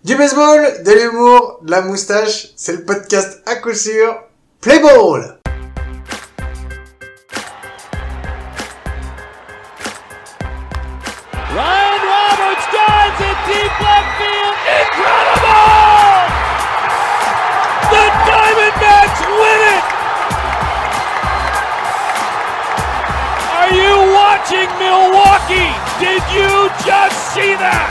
Du baseball, de l'humour, de la moustache, c'est le podcast à coup sûr Play Ball. Ryan Roberts drives it deep left field. Incredible! The Diamondbacks win it! Are you watching Milwaukee? Did you just see that?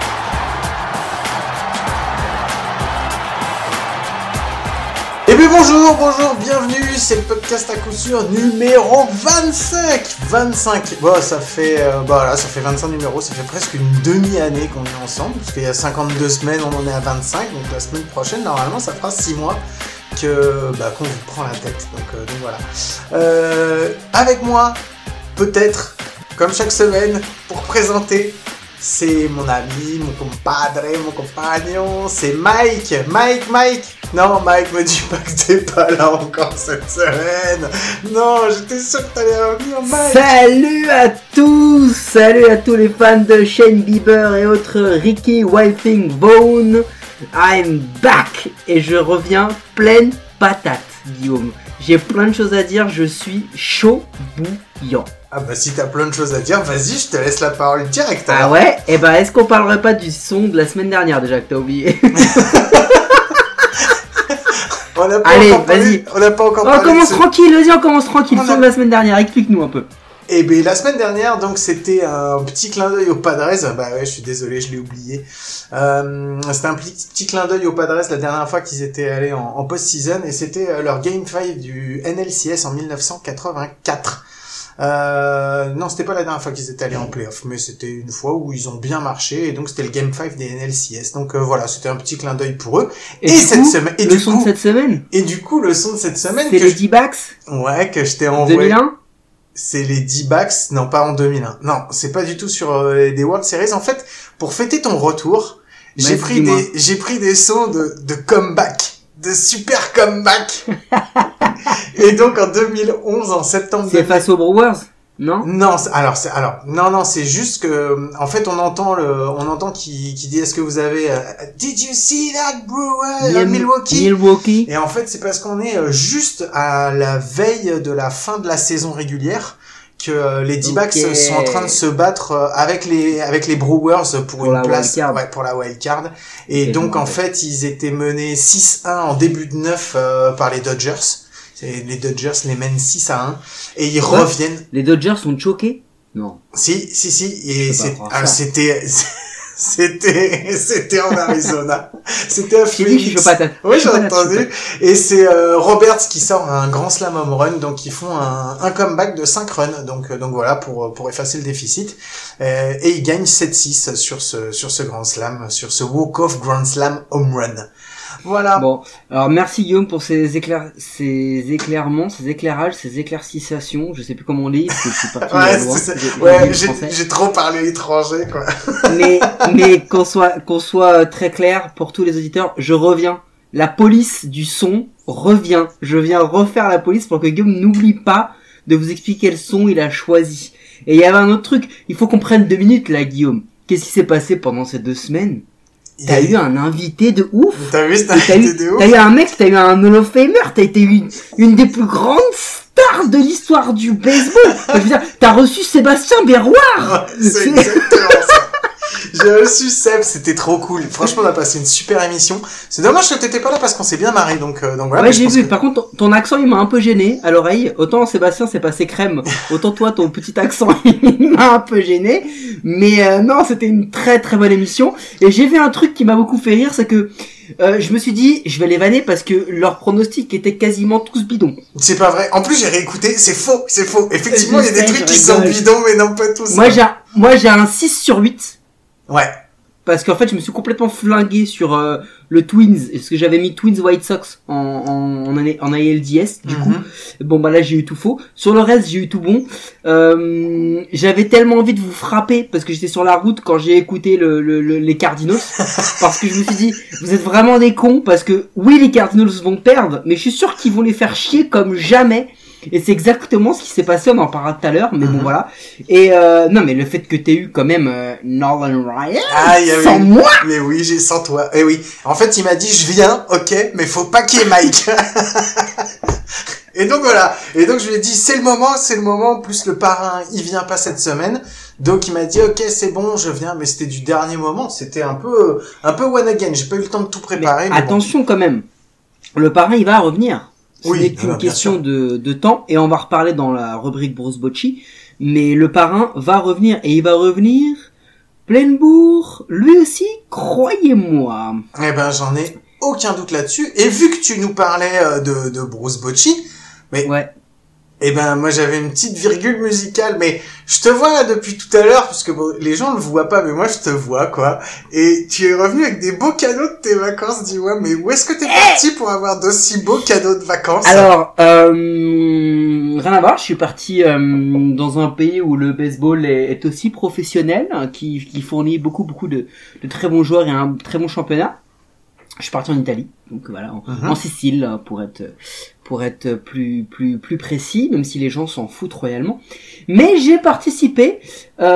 Et bien bonjour, bienvenue, c'est le podcast à coup sûr numéro 25. Bon, ça fait 25 numéros, ça fait presque une demi-année qu'on est ensemble, parce qu'il y a 52 semaines, on en est à 25, donc la semaine prochaine, normalement, ça fera 6 mois qu'on vous prend la tête, donc voilà. Avec moi, peut-être, comme chaque semaine, pour présenter, c'est mon ami, mon compadre, mon compagnon, c'est Mike. Non, Mike, me dis pas que t'es pas là encore cette semaine. Non, j'étais sûr que t'allais revenir, Mike. Salut à tous les fans de Shane Bieber et autres Ricky Wiping Bone. I'm back et je reviens pleine patate, Guillaume. J'ai plein de choses à dire, je suis chaud bouillant. Ah bah si t'as plein de choses à dire, vas-y, je te laisse la parole direct. Ah ouais? Eh ben est-ce qu'on parlerait pas du son de la semaine dernière déjà que t'as oublié? Allez, vas-y. On n'a pas encore parlé. On commence tranquille. Le son de la semaine dernière, explique-nous un peu. Eh ben la semaine dernière, donc c'était un petit clin d'œil aux Padres. Bah ouais, je suis désolé, je l'ai oublié. C'était un petit clin d'œil aux Padres la dernière fois qu'ils étaient allés en post-season et c'était leur Game 5 du NLCS en 1984. Non, c'était pas la dernière fois qu'ils étaient allés en playoff, mais c'était une fois où ils ont bien marché et donc c'était le Game 5 des NLCS. Donc voilà, c'était un petit clin d'œil pour eux. Et le son de cette semaine. Et du coup, le son de cette semaine, c'est les D-backs. Ouais, que je t'ai envoyé. 2001. C'est les D-backs, non pas en 2001. Non, c'est pas du tout sur des World Series. En fait, pour fêter ton retour, j'ai pris des sons de comeback, de super comeback. Et donc en 2011, en septembre. C'est face aux Brewers, non? Non, c'est juste que en fait on entend qui dit est-ce que vous avez Did you see that Brewers Milwaukee? Et en fait c'est parce qu'on est juste à la veille de la fin de la saison régulière que les D-backs sont en train de se battre avec les Brewers pour une place pour la wild card et donc en fait ils étaient menés 6-1 en début de 9 par les Dodgers. Les Dodgers les mènent 6-1 et ils reviennent. Les Dodgers sont choqués? Non. Si et c'était en Arizona. C'était à Phoenix. Oui, j'ai entendu. Et c'est Roberts qui sort un grand slam home run, donc ils font un comeback de 5 runs, donc voilà pour effacer le déficit. Et ils gagnent 7-6 sur ce grand slam, sur ce walk-off grand slam home run. Voilà. Bon, alors merci Guillaume pour ces éclairements, ces éclairages, ces éclaircissations, je sais plus comment on dit, parce que je suis parti j'ai trop parlé étranger, quoi. mais qu'on soit très clair pour tous les auditeurs, je reviens. La police du son revient. Je viens refaire la police pour que Guillaume n'oublie pas de vous expliquer quel son il a choisi. Et il y avait un autre truc, il faut qu'on prenne 2 minutes là, Guillaume. Qu'est-ce qui s'est passé pendant ces 2 semaines? T'as eu un invité de ouf. T'as vu cet invité de ouf. T'as eu un mec, t'as eu un Hall of Famer, t'as été une des plus grandes stars de l'histoire du baseball. Je veux dire, t'as reçu Sébastien Berroir. C'est exactement ça. J'ai reçu Seb, c'était trop cool. Franchement, on a passé une super émission. C'est dommage que t'étais pas là parce qu'on s'est bien marré, donc voilà. Ouais, j'ai vu. Par contre, ton accent, il m'a un peu gêné à l'oreille. Autant Sébastien, c'est passé crème. Autant toi, ton petit accent, il m'a un peu gêné. Mais non, c'était une très très bonne émission. Et j'ai vu un truc qui m'a beaucoup fait rire, c'est que je me suis dit, je vais les vanner parce que leurs pronostics étaient quasiment tous bidons. C'est pas vrai. En plus, j'ai réécouté. C'est faux. Effectivement, il y a des trucs qui sont bidons, mais non pas tous. Moi, j'ai un 6/8. Ouais. Parce qu'en fait, je me suis complètement flingué sur le Twins, parce que j'avais mis Twins White Sox en ALDS, du coup. Bon, bah là, j'ai eu tout faux. Sur le reste, j'ai eu tout bon. J'avais tellement envie de vous frapper, parce que j'étais sur la route quand j'ai écouté les Cardinals, parce que je me suis dit, vous êtes vraiment des cons, parce que oui, les Cardinals vont perdre, mais je suis sûr qu'ils vont les faire chier comme jamais. Et c'est exactement ce qui s'est passé, on en parlera tout à l'heure, mais bon voilà. Et non, mais le fait que t'aies eu quand même Nolan Ryan sans moi. Mais oui, j'ai sans toi. Et oui. En fait, il m'a dit je viens, ok, mais faut pas qu'il y ait Mike. Et donc voilà. Et donc je lui ai dit c'est le moment. En plus le parrain, il vient pas cette semaine. Donc il m'a dit ok c'est bon je viens, mais c'était du dernier moment. C'était un peu one again. J'ai pas eu le temps de tout préparer. Mais attention bon. Quand même. Le parrain il va revenir. Ce n'est qu'une question de temps, et on va reparler dans la rubrique Bruce Bocci, mais le parrain va revenir, et il va revenir pleine bourre, lui aussi, croyez-moi. Eh ben, j'en ai aucun doute là-dessus, et vu que tu nous parlais de Bruce Bocci, mais... Ouais. Eh ben, moi, j'avais une petite virgule musicale, mais je te vois là depuis tout à l'heure, parce que bon, les gens le voient pas, mais moi, je te vois, quoi. Et tu es revenu avec des beaux cadeaux de tes vacances, dis-moi, mais où est-ce que t'es parti pour avoir d'aussi beaux cadeaux de vacances? Alors, rien à voir, je suis parti dans un pays où le baseball est aussi professionnel, qui fournit beaucoup de très bons joueurs et un très bon championnat. Je suis parti en Italie, donc voilà, en Sicile, pour être plus précis, même si les gens s'en foutent royalement. Mais j'ai participé à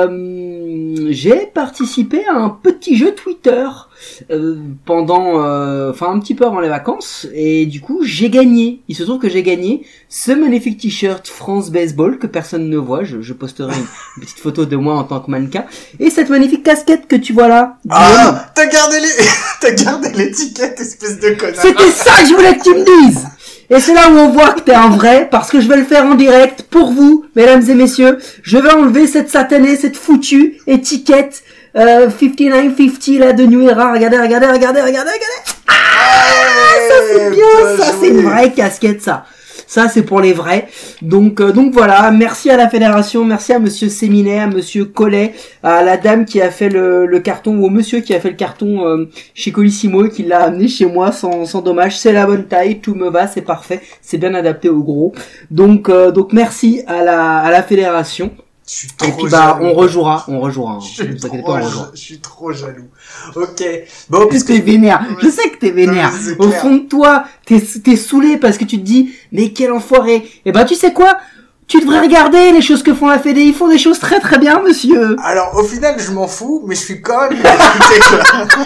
un petit jeu Twitter pendant, un petit peu avant les vacances, et du coup j'ai gagné. Il se trouve que j'ai gagné ce magnifique t-shirt France Baseball que personne ne voit. Je posterai une petite photo de moi en tant que mannequin, et cette magnifique casquette que tu vois là. Ah, t'as gardé l'étiquette, espèce de connard. C'était ça que je voulais que tu me dises. Et c'est là où on voit que t'es un vrai, parce que je vais le faire en direct pour vous, mesdames et messieurs. Je vais enlever cette satanée, cette foutue étiquette 5950 là de New Era. Regardez. Ah, ça c'est bien, ça c'est une vraie casquette ça. Ça c'est pour les vrais. Donc voilà, merci à la fédération, merci à monsieur Séminet, à monsieur Collet, à la dame qui a fait le carton, ou au monsieur qui a fait le carton chez Colissimo et qui l'a amené chez moi sans dommage. C'est la bonne taille, tout me va, c'est parfait, c'est bien adapté au gros. Donc merci à la fédération. Et puis on rejouera. Je suis trop jaloux. Ok. Bon, puisque t'es vénère. Je sais que t'es vénère. Au fond de toi, t'es saoulé parce que tu te dis, mais quel enfoiré. Eh ben, tu sais quoi? Tu devrais regarder les choses que font la Fédé. Ils font des choses très très bien, monsieur. Alors, au final, je m'en fous, mais je suis quand même écouté, quoi.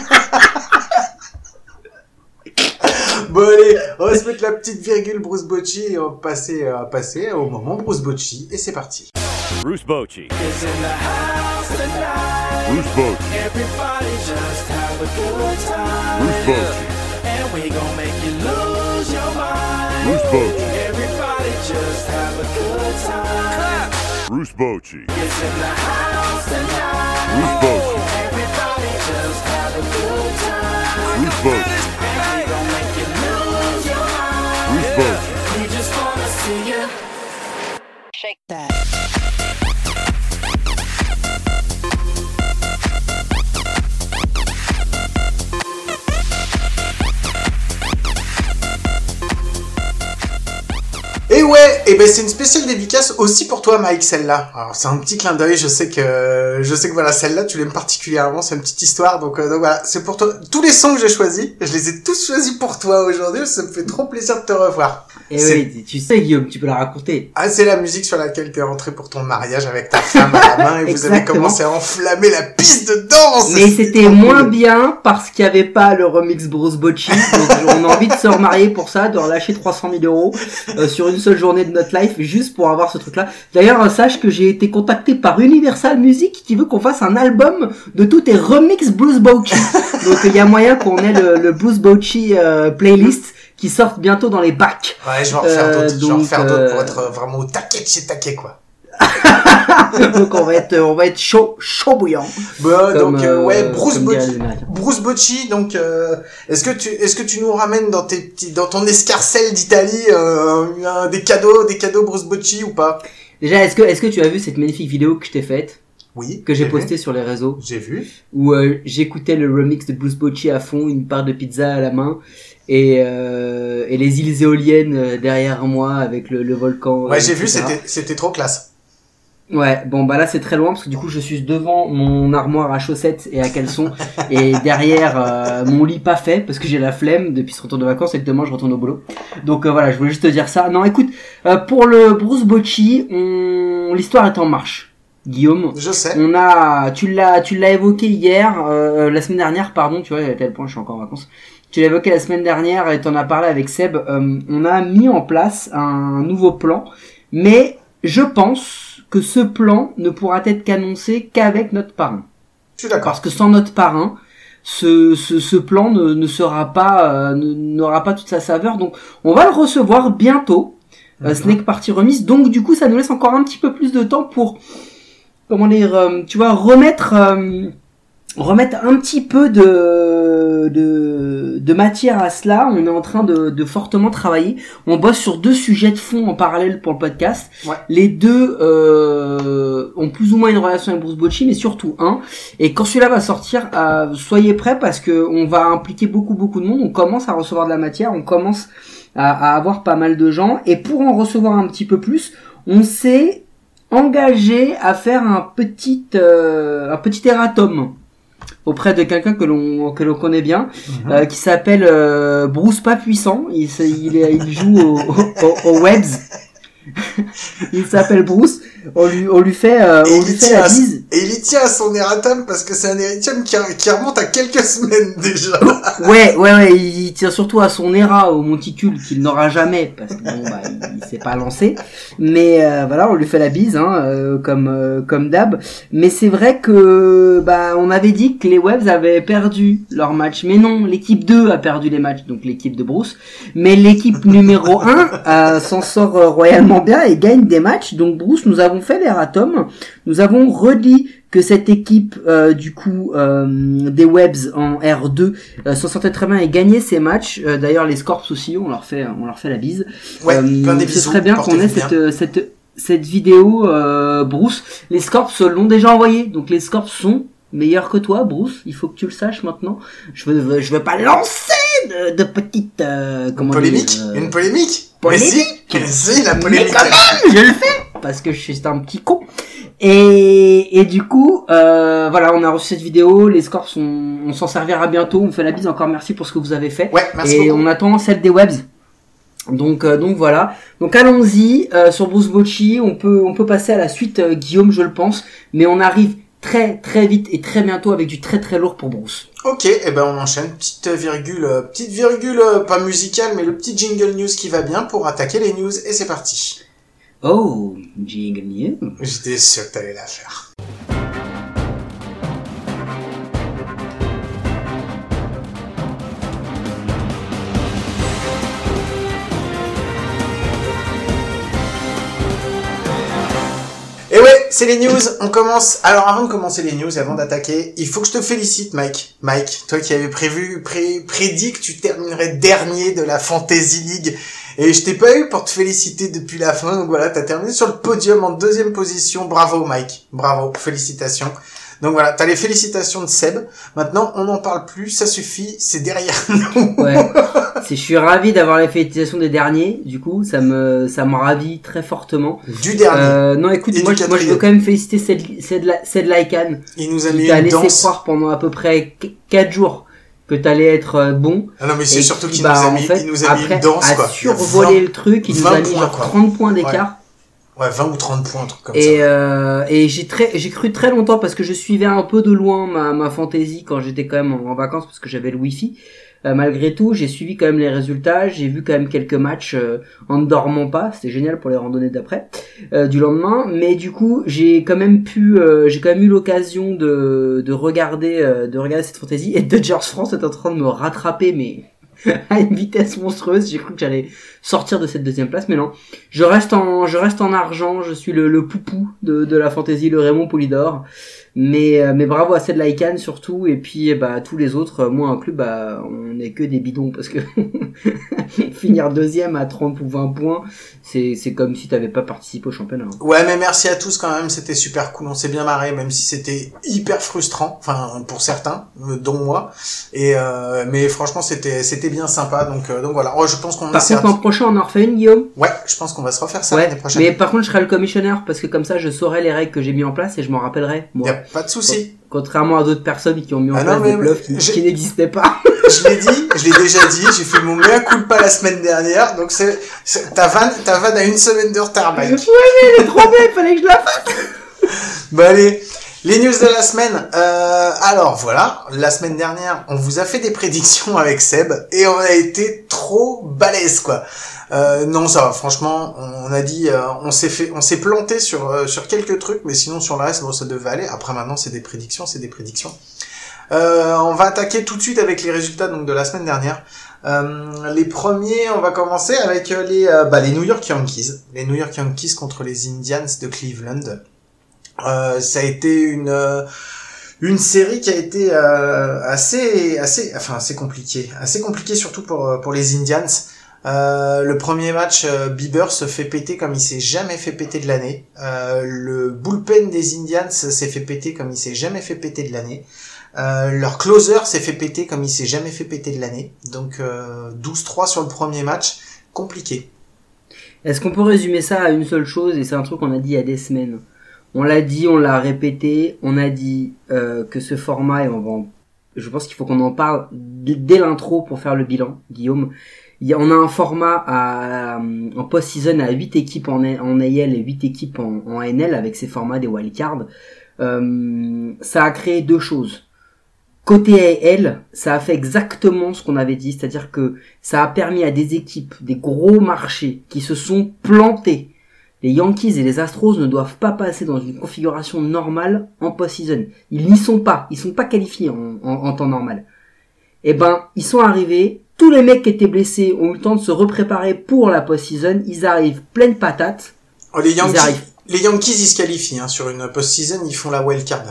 Bon allez, on va se mettre la petite virgule Bruce Bocci et on va passer au moment Bruce Bocci, et c'est parti. Bruce Bocci. Bruce Bocci. Everybody just have a good time. Bruce Bocci. And we gon' make you lose your mind. Bruce Bocci. Everybody just have a good time. Bruce Bocci. It's in the house tonight. Bruce Bocci. Everybody just have a good time. Bruce Bocci. And we gon' make you lose your mind. Bruce Bocci. We just wanna see you shake that. Et ouais, et ben c'est une spéciale dédicace aussi pour toi Mike, celle-là. Alors c'est un petit clin d'œil, je sais que voilà, celle-là tu l'aimes particulièrement, c'est une petite histoire, donc voilà, c'est pour toi. Tous les sons que j'ai choisis, je les ai tous choisis pour toi aujourd'hui, ça me fait trop plaisir de te revoir. Et oui, tu sais Guillaume, tu peux la raconter. Ah, c'est la musique sur laquelle t'es rentré pour ton mariage avec ta femme à la main et vous avez commencé à enflammer la piste de danse. Mais c'était moins bien parce qu'il y avait pas le remix Bruce Bocci, donc on a envie de se remarier pour ça, de relâcher 300 000 € sur une seule journée de notre life juste pour avoir ce truc-là. D'ailleurs, sache que j'ai été contacté par Universal Music qui veut qu'on fasse un album de tous tes remix Bruce Bocci. Donc il y a moyen qu'on ait le Bruce Bocci playlist qui sortent bientôt dans les bacs. Ouais, je vais en refaire d'autres. Je vais en refaire d'autres pour être vraiment au taquet de chez taquet, quoi. Donc on va être chaud bouillant. Bah, donc ouais, Bruce Bocci. Donc est-ce que tu nous ramènes dans ton escarcelle d'Italie des cadeaux Bruce Bocci ou pas? Déjà, est-ce que tu as vu cette magnifique vidéo que je t'ai faite? Oui. Que j'ai postée sur les réseaux. J'ai vu. Où j'écoutais le remix de Bruce Bocci à fond, une part de pizza à la main. Et les îles éoliennes derrière moi avec le volcan. Ouais, j'ai vu, c'était trop classe. Ouais, bon bah là c'est très loin parce que du coup je suis devant mon armoire à chaussettes et à caleçons et derrière mon lit pas fait parce que j'ai la flemme depuis ce retour de vacances et que demain je retourne au boulot. Donc voilà, je voulais juste te dire ça. Non écoute, pour le Bruce Bocci, l'histoire est en marche. Guillaume, Je sais. tu l'as évoqué hier, la semaine dernière pardon, tu vois à tel point je suis encore en vacances. Tu l'as évoqué la semaine dernière et t'en as parlé avec Seb. On a mis en place un nouveau plan, mais je pense que ce plan ne pourra être qu'annoncé qu'avec notre parrain. Je suis d'accord. Parce que sans notre parrain, ce plan ne sera pas, n'aura pas toute sa saveur. Donc, on va le recevoir bientôt. Ce n'est que partie remise. Donc, du coup, ça nous laisse encore un petit peu plus de temps pour, comment dire, tu vois, remettre un petit peu de matière à cela. On est en train de fortement travailler. On bosse sur 2 sujets de fond en parallèle pour le podcast. Ouais. Les 2 ont plus ou moins une relation avec Bruce Bocci, mais surtout un. Et quand celui-là va sortir, soyez prêts parce que on va impliquer beaucoup de monde. On commence à recevoir de la matière, on commence à avoir pas mal de gens. Et pour en recevoir un petit peu plus, on s'est engagé à faire un petit erratum auprès de quelqu'un que l'on connaît bien, qui s'appelle Bruce pas puissant. Il joue au Webs. Il s'appelle Bruce. On lui fait la bise. Et il y tient à son erratum parce que c'est un erratum qui remonte à quelques semaines déjà. Ouais, il tient surtout à son ERA au monticule qu'il n'aura jamais parce que bon bah il s'est pas lancé. Mais voilà, on lui fait la bise comme d'hab. Mais c'est vrai que bah on avait dit que les Webs avaient perdu leur match, mais non, l'équipe 2 a perdu les matchs, donc l'équipe de Bruce. Mais l'équipe numéro 1 s'en sort royalement bien et gagne des matchs. Donc Bruce, nous avons fait l'erratum, nous avons redit que cette équipe des Webs en R2 s'en sortait très bien et gagnait ses matchs. D'ailleurs les Scorps aussi, on leur fait la bise. Ouais, plein des bisous, ce serait bien qu'on ait portez-vous cette vidéo Bruce. Les Scorps l'ont déjà envoyé, donc les Scorps sont meilleurs que toi Bruce, il faut que tu le saches maintenant. Je veux pas lancer de petites polémique. Une polémique. Polémique. Mais si, la polémique. Mais quand même, je le fais parce que je suis un petit con. Et du coup, voilà, on a reçu cette vidéo. Les Scorps, on s'en servira bientôt. On fait la bise. Encore merci pour ce que vous avez fait. Ouais, merci et beaucoup. on attend celle des Webs. Donc voilà. Donc allons-y sur Bruce Bocci. On peut passer à la suite, Guillaume, je le pense. Mais on arrive très très vite et très bientôt avec du très très lourd pour Bruce. Ok, et ben on enchaîne, petite virgule pas musicale, mais le petit jingle news qui va bien pour attaquer les news, et c'est parti. Oh, jingle news. J'étais sûr que t'allais la faire. Et ouais, c'est les news, on commence. Alors avant de commencer les news et avant d'attaquer, il faut que je te félicite Mike. Mike, toi qui avais prédit que tu terminerais dernier de la Fantasy League. Et je t'ai pas eu pour te féliciter depuis la fin, donc voilà, t'as terminé sur le podium en 2e position. Bravo Mike, bravo, félicitations. Donc voilà, t'as les félicitations de Seb. Maintenant, on n'en parle plus, ça suffit, c'est derrière nous. Ouais. Je suis ravi d'avoir les félicitations des derniers. Du coup, ça me ravit très fortement. Du dernier. Non, écoute, Et moi du je veux quatrième. quand même féliciter Ced Laikan. Il nous a Qui mis t'a une laissé danse. croire pendant à peu près 4 jours que t'allais être bon. Ah non, mais c'est Et surtout qui, qu'il bah, nous a en mis, fait, il nous a mis après, une danse, a quoi. survolé le truc, il nous a 20 mis points, genre quoi. 30 points d'écart. Ouais, 20 ou 30 points, un truc comme ça. Et j'ai cru très longtemps parce que je suivais un peu de loin ma fantasy quand j'étais quand même en vacances parce que j'avais le wifi. Malgré tout, j'ai suivi quand même les résultats, j'ai vu quand même quelques matchs en ne dormant pas, c'était génial pour les randonnées d'après, du lendemain, mais du coup, j'ai quand même eu l'occasion de regarder cette fantasy, et Dodgers France est en train de me rattraper, mais à une vitesse monstrueuse. J'ai cru que j'allais sortir de cette 2e place, mais non. Je reste en argent, je suis le poupou de la fantasy, le Raymond Poulidor. Mais bravo à Ced Laikan surtout, et puis tous les autres, moi inclus, on est que des bidons parce que finir deuxième à 30 ou 20 points, c'est comme si t'avais pas participé au championnat. Ouais, mais merci à tous quand même, c'était super cool, on s'est bien marré, même si c'était hyper frustrant, enfin pour certains, dont moi. Et mais franchement c'était bien sympa, donc voilà. Je pense qu'on Par contre, l'an prochain on en refait une, Guillaume. Ouais, je pense qu'on va se refaire ça l'année prochaine. Mais par contre je serai le commissionnaire parce que comme ça je saurai les règles que j'ai mis en place et je m'en rappellerai. Moi. Y a pas de souci. Contrairement à d'autres personnes qui ont mis en place des bluffs qui n'existaient pas. Je l'ai déjà dit, j'ai fait mon mea culpa la semaine dernière, donc ta vanne a une semaine de retard, Mike. Ouais, mais elle est trop belle, il fallait que je la fasse. Bon allez, les news de la semaine. Alors voilà, la semaine dernière, on vous a fait des prédictions avec Seb et on a été trop balèze quoi. Non, ça va, franchement, on a dit, on s'est planté sur quelques trucs, mais sinon sur le reste, bon, ça devait aller. Après maintenant, c'est des prédictions. On va attaquer tout de suite avec les résultats donc de la semaine dernière. Les premiers, on va commencer avec les New York Yankees. Les New York Yankees contre les Indians de Cleveland. Ça a été une série qui a été assez compliquée. Assez compliquée surtout pour les Indians. Le premier match, Bieber se fait péter comme il s'est jamais fait péter de l'année. Le bullpen des Indians s'est fait péter comme il s'est jamais fait péter de l'année. Leur closer s'est fait péter comme il s'est jamais fait péter de l'année. Donc 12-3 sur le premier match, compliqué. Est-ce qu'on peut résumer ça à une seule chose, et c'est un truc qu'on a dit il y a des semaines. On l'a dit, on l'a répété, on a dit que ce format, et je pense qu'il faut qu'on en parle dès l'intro pour faire le bilan, Guillaume. On a un format en post-season à 8 équipes en AL et 8 équipes en NL avec ces formats des wildcards. Ça a créé deux choses. Côté AL, ça a fait exactement ce qu'on avait dit, c'est-à-dire que ça a permis à des équipes, des gros marchés qui se sont plantés. Les Yankees et les Astros ne doivent pas passer dans une configuration normale en post-season. Ils n'y sont pas, ils sont pas qualifiés en temps normal. Ils sont arrivés. Tous les mecs qui étaient blessés ont eu le temps de se repréparer pour la post-season. Ils arrivent pleine patate. Les Yankees, ils se qualifient sur une post-season. Ils font la wildcard.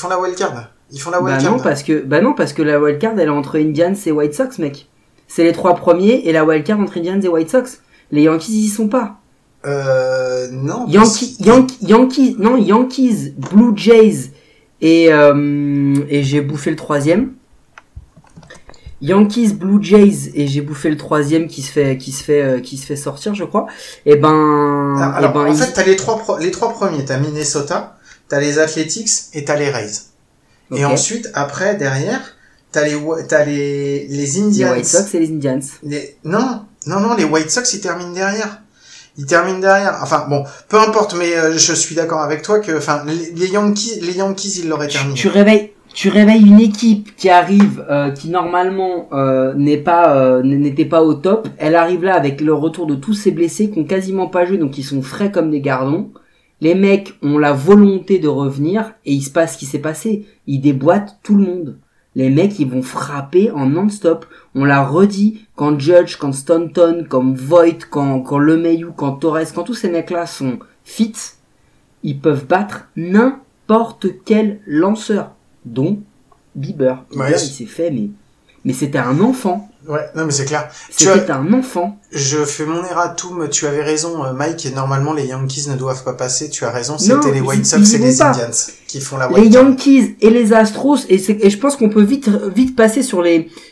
Non, parce que la wildcard, elle est entre Indians et White Sox, mec. C'est les trois premiers et la wildcard entre Indians et White Sox. Les Yankees, ils y sont pas. Non. Yankees, Blue Jays et j'ai bouffé le troisième. Yankees, Blue Jays et j'ai bouffé le troisième qui se fait sortir, je crois. En fait, t'as les trois premiers. T'as Minnesota, t'as les Athletics et t'as les Rays. Okay. Et ensuite, après, derrière, t'as les Indians. Les White Sox et les Indians. Non, les White Sox, ils terminent derrière. Enfin, bon, peu importe, mais je suis d'accord avec toi que, les Yankees, ils l'auraient terminé. Tu réveilles une équipe qui arrive, qui normalement n'était pas au top. Elle arrive là avec le retour de tous ces blessés qui ont quasiment pas joué, donc ils sont frais comme des gardons. Les mecs ont la volonté de revenir et il se passe ce qui s'est passé. Ils déboîtent tout le monde. Les mecs, ils vont frapper en non-stop. On l'a redit quand Judge, quand Stanton, quand Voit, quand LeMahieu, quand Torres, quand tous ces mecs-là sont fit, ils peuvent battre n'importe quel lanceur. Dont Bieber. Ouais, il s'est fait, mais c'était un enfant. Ouais, non, mais c'est clair. C'était un enfant. Je fais mon erratum, tu avais raison, Mike, et normalement, les Yankees ne doivent pas passer, tu as raison, c'était les White Sox et les Indians qui font la wildcard. Les Yankees et les Astros, et je pense qu'on peut vite passer sur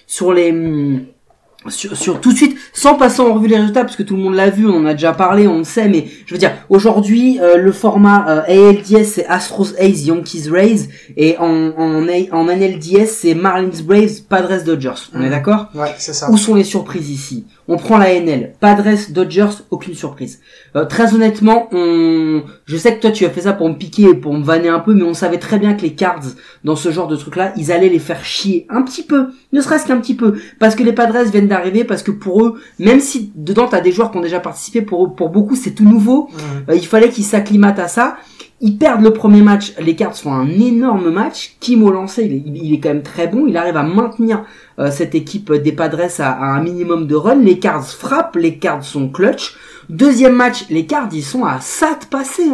tout de suite, sans passer en revue les résultats, parce que tout le monde l'a vu, on en a déjà parlé, on le sait, mais je veux dire, aujourd'hui, le format ALDS, c'est Astros A's, Yankees Rays, et en NLDS, c'est Marlins Braves, Padres Dodgers. On est d'accord? Ouais, c'est ça. Où sont les surprises ici? On prend la NL, Padres Dodgers, aucune surprise. Très honnêtement, je sais que toi tu as fait ça pour me piquer, pour me vanner un peu, mais on savait très bien que les Cards, dans ce genre de truc-là, ils allaient les faire chier un petit peu, ne serait-ce qu'un petit peu, parce que les Padres viennent d'arriver, parce que pour eux, même si dedans t'as des joueurs qui ont déjà participé, pour beaucoup c'est tout nouveau, il fallait qu'ils s'acclimatent à ça. Ils perdent le premier match, les Cards font un énorme match. Kim au lancer, il est quand même très bon, il arrive à maintenir cette équipe des Padres à un minimum de run. Les Cards frappent, les Cards sont clutch. Deuxième match, les Cards ils sont à ça de passer.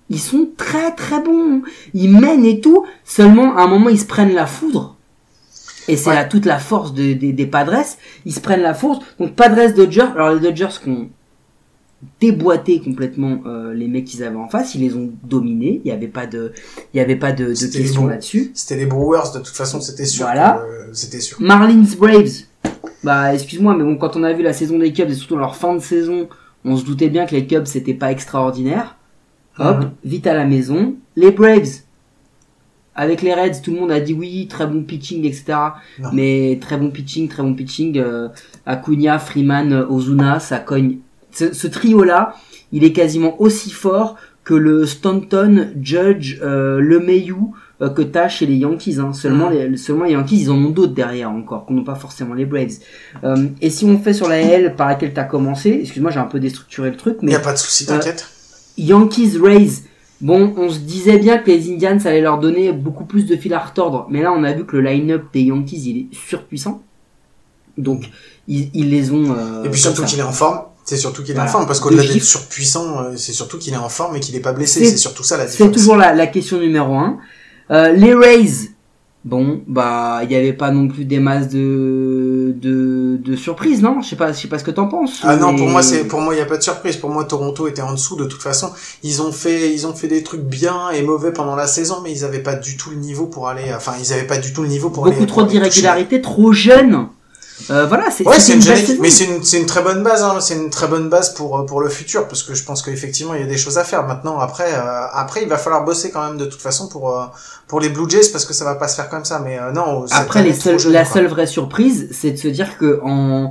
Ils sont très très bons. Ils mènent et tout. Seulement, à un moment, ils se prennent la foudre. Et c'est là toute la force des Padres. Ils se prennent la foudre. Donc, Padres, Dodgers. Alors, les Dodgers qui ont déboîté complètement les mecs qu'ils avaient en face. Ils les ont dominés. Il y avait pas de question là-dessus. C'était les Brewers, de toute façon, c'était sûr. Voilà. C'était sûr. Marlins, Braves. Bah, excuse-moi, mais bon, quand on a vu la saison des Cubs et surtout leur fin de saison, on se doutait bien que les Cubs c'était pas extraordinaire. Hop, vite à la maison. Les Braves, avec les Reds, tout le monde a dit oui, très bon pitching, etc. Non. Mais très bon pitching. Acuna, Freeman, Ozuna, ça cogne. Ce trio-là, il est quasiment aussi fort que le Stanton, Judge, LeMahieu que t'as chez les Yankees. Hein. Seulement les Yankees, ils en ont d'autres derrière encore, qu'on n'ont pas forcément les Braves. Et si on fait sur la AL par laquelle t'as commencé, excuse-moi, j'ai un peu déstructuré le truc, mais y a pas de souci, t'inquiète. Yankees, Rays. Bon, on se disait bien que les Indians allaient leur donner beaucoup plus de fil à retordre, mais là on a vu que le line-up des Yankees il est surpuissant, donc ils les ont. Et puis surtout qu'il est en forme. C'est surtout qu'il est en forme, parce qu'au-delà d'être surpuissant, c'est surtout qu'il est en forme et qu'il est pas blessé. C'est surtout ça la différence. C'est toujours la question numéro 1. Les Rays, bon, bah, il y avait pas non plus des masses de surprises, non? Je sais pas ce que t'en penses. Ah non, pour moi, il y a pas de surprise. Pour moi, Toronto était en dessous, de toute façon. Ils ont fait des trucs bien et mauvais pendant la saison, mais ils avaient pas du tout le niveau pour aller, Beaucoup trop d'irrégularité, trop jeune. Voilà, c'est une jeune, mais c'est une très bonne base, hein. C'est une très bonne base pour le futur, parce que je pense qu'effectivement il y a des choses à faire. Maintenant, après il va falloir bosser quand même de toute façon pour les Blue Jays, parce que ça va pas se faire comme ça. Mais non. Après, la seule vraie surprise, c'est de se dire que en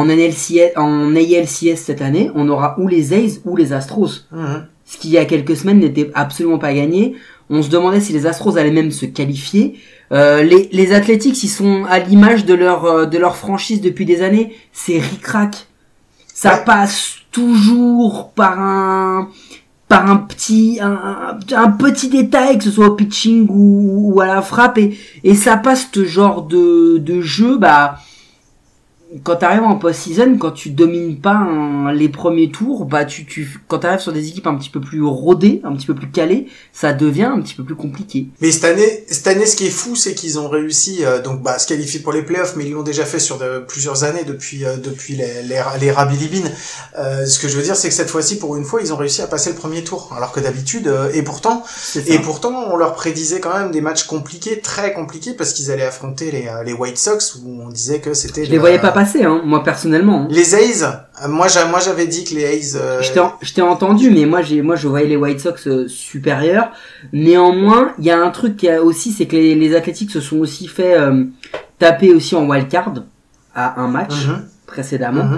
ALCS cette année, on aura ou les A's ou les Astros. Ce qui il y a quelques semaines n'était absolument pas gagné. On se demandait si les Astros allaient même se qualifier. Les Athletics, ils sont à l'image de leur franchise depuis des années. C'est ric-rac. Ça passe toujours par un petit détail, que ce soit au pitching ou à la frappe, et ça passe ce genre de jeu, bah, quand t'arrives en post-season, quand tu domines pas les premiers tours, bah quand t'arrives sur des équipes un petit peu plus rodées, un petit peu plus calées, ça devient un petit peu plus compliqué. Mais cette année, ce qui est fou, c'est qu'ils ont réussi se qualifier pour les playoffs, mais ils l'ont déjà fait sur plusieurs années depuis les Rabilibines. Ce que je veux dire, c'est que cette fois-ci, pour une fois, ils ont réussi à passer le premier tour, alors que d'habitude, et pourtant, on leur prédisait quand même des matchs compliqués, très compliqués, parce qu'ils allaient affronter les White Sox, où on disait que c'était. Je les voyais pas passer, hein, moi personnellement. Hein. Les A's, moi j'avais dit que les A's. Je t'ai entendu, mais moi je voyais les White Sox supérieurs. Néanmoins, il y a un truc qui a aussi, c'est que les Athletics se sont aussi fait taper aussi en wildcard à un match précédemment.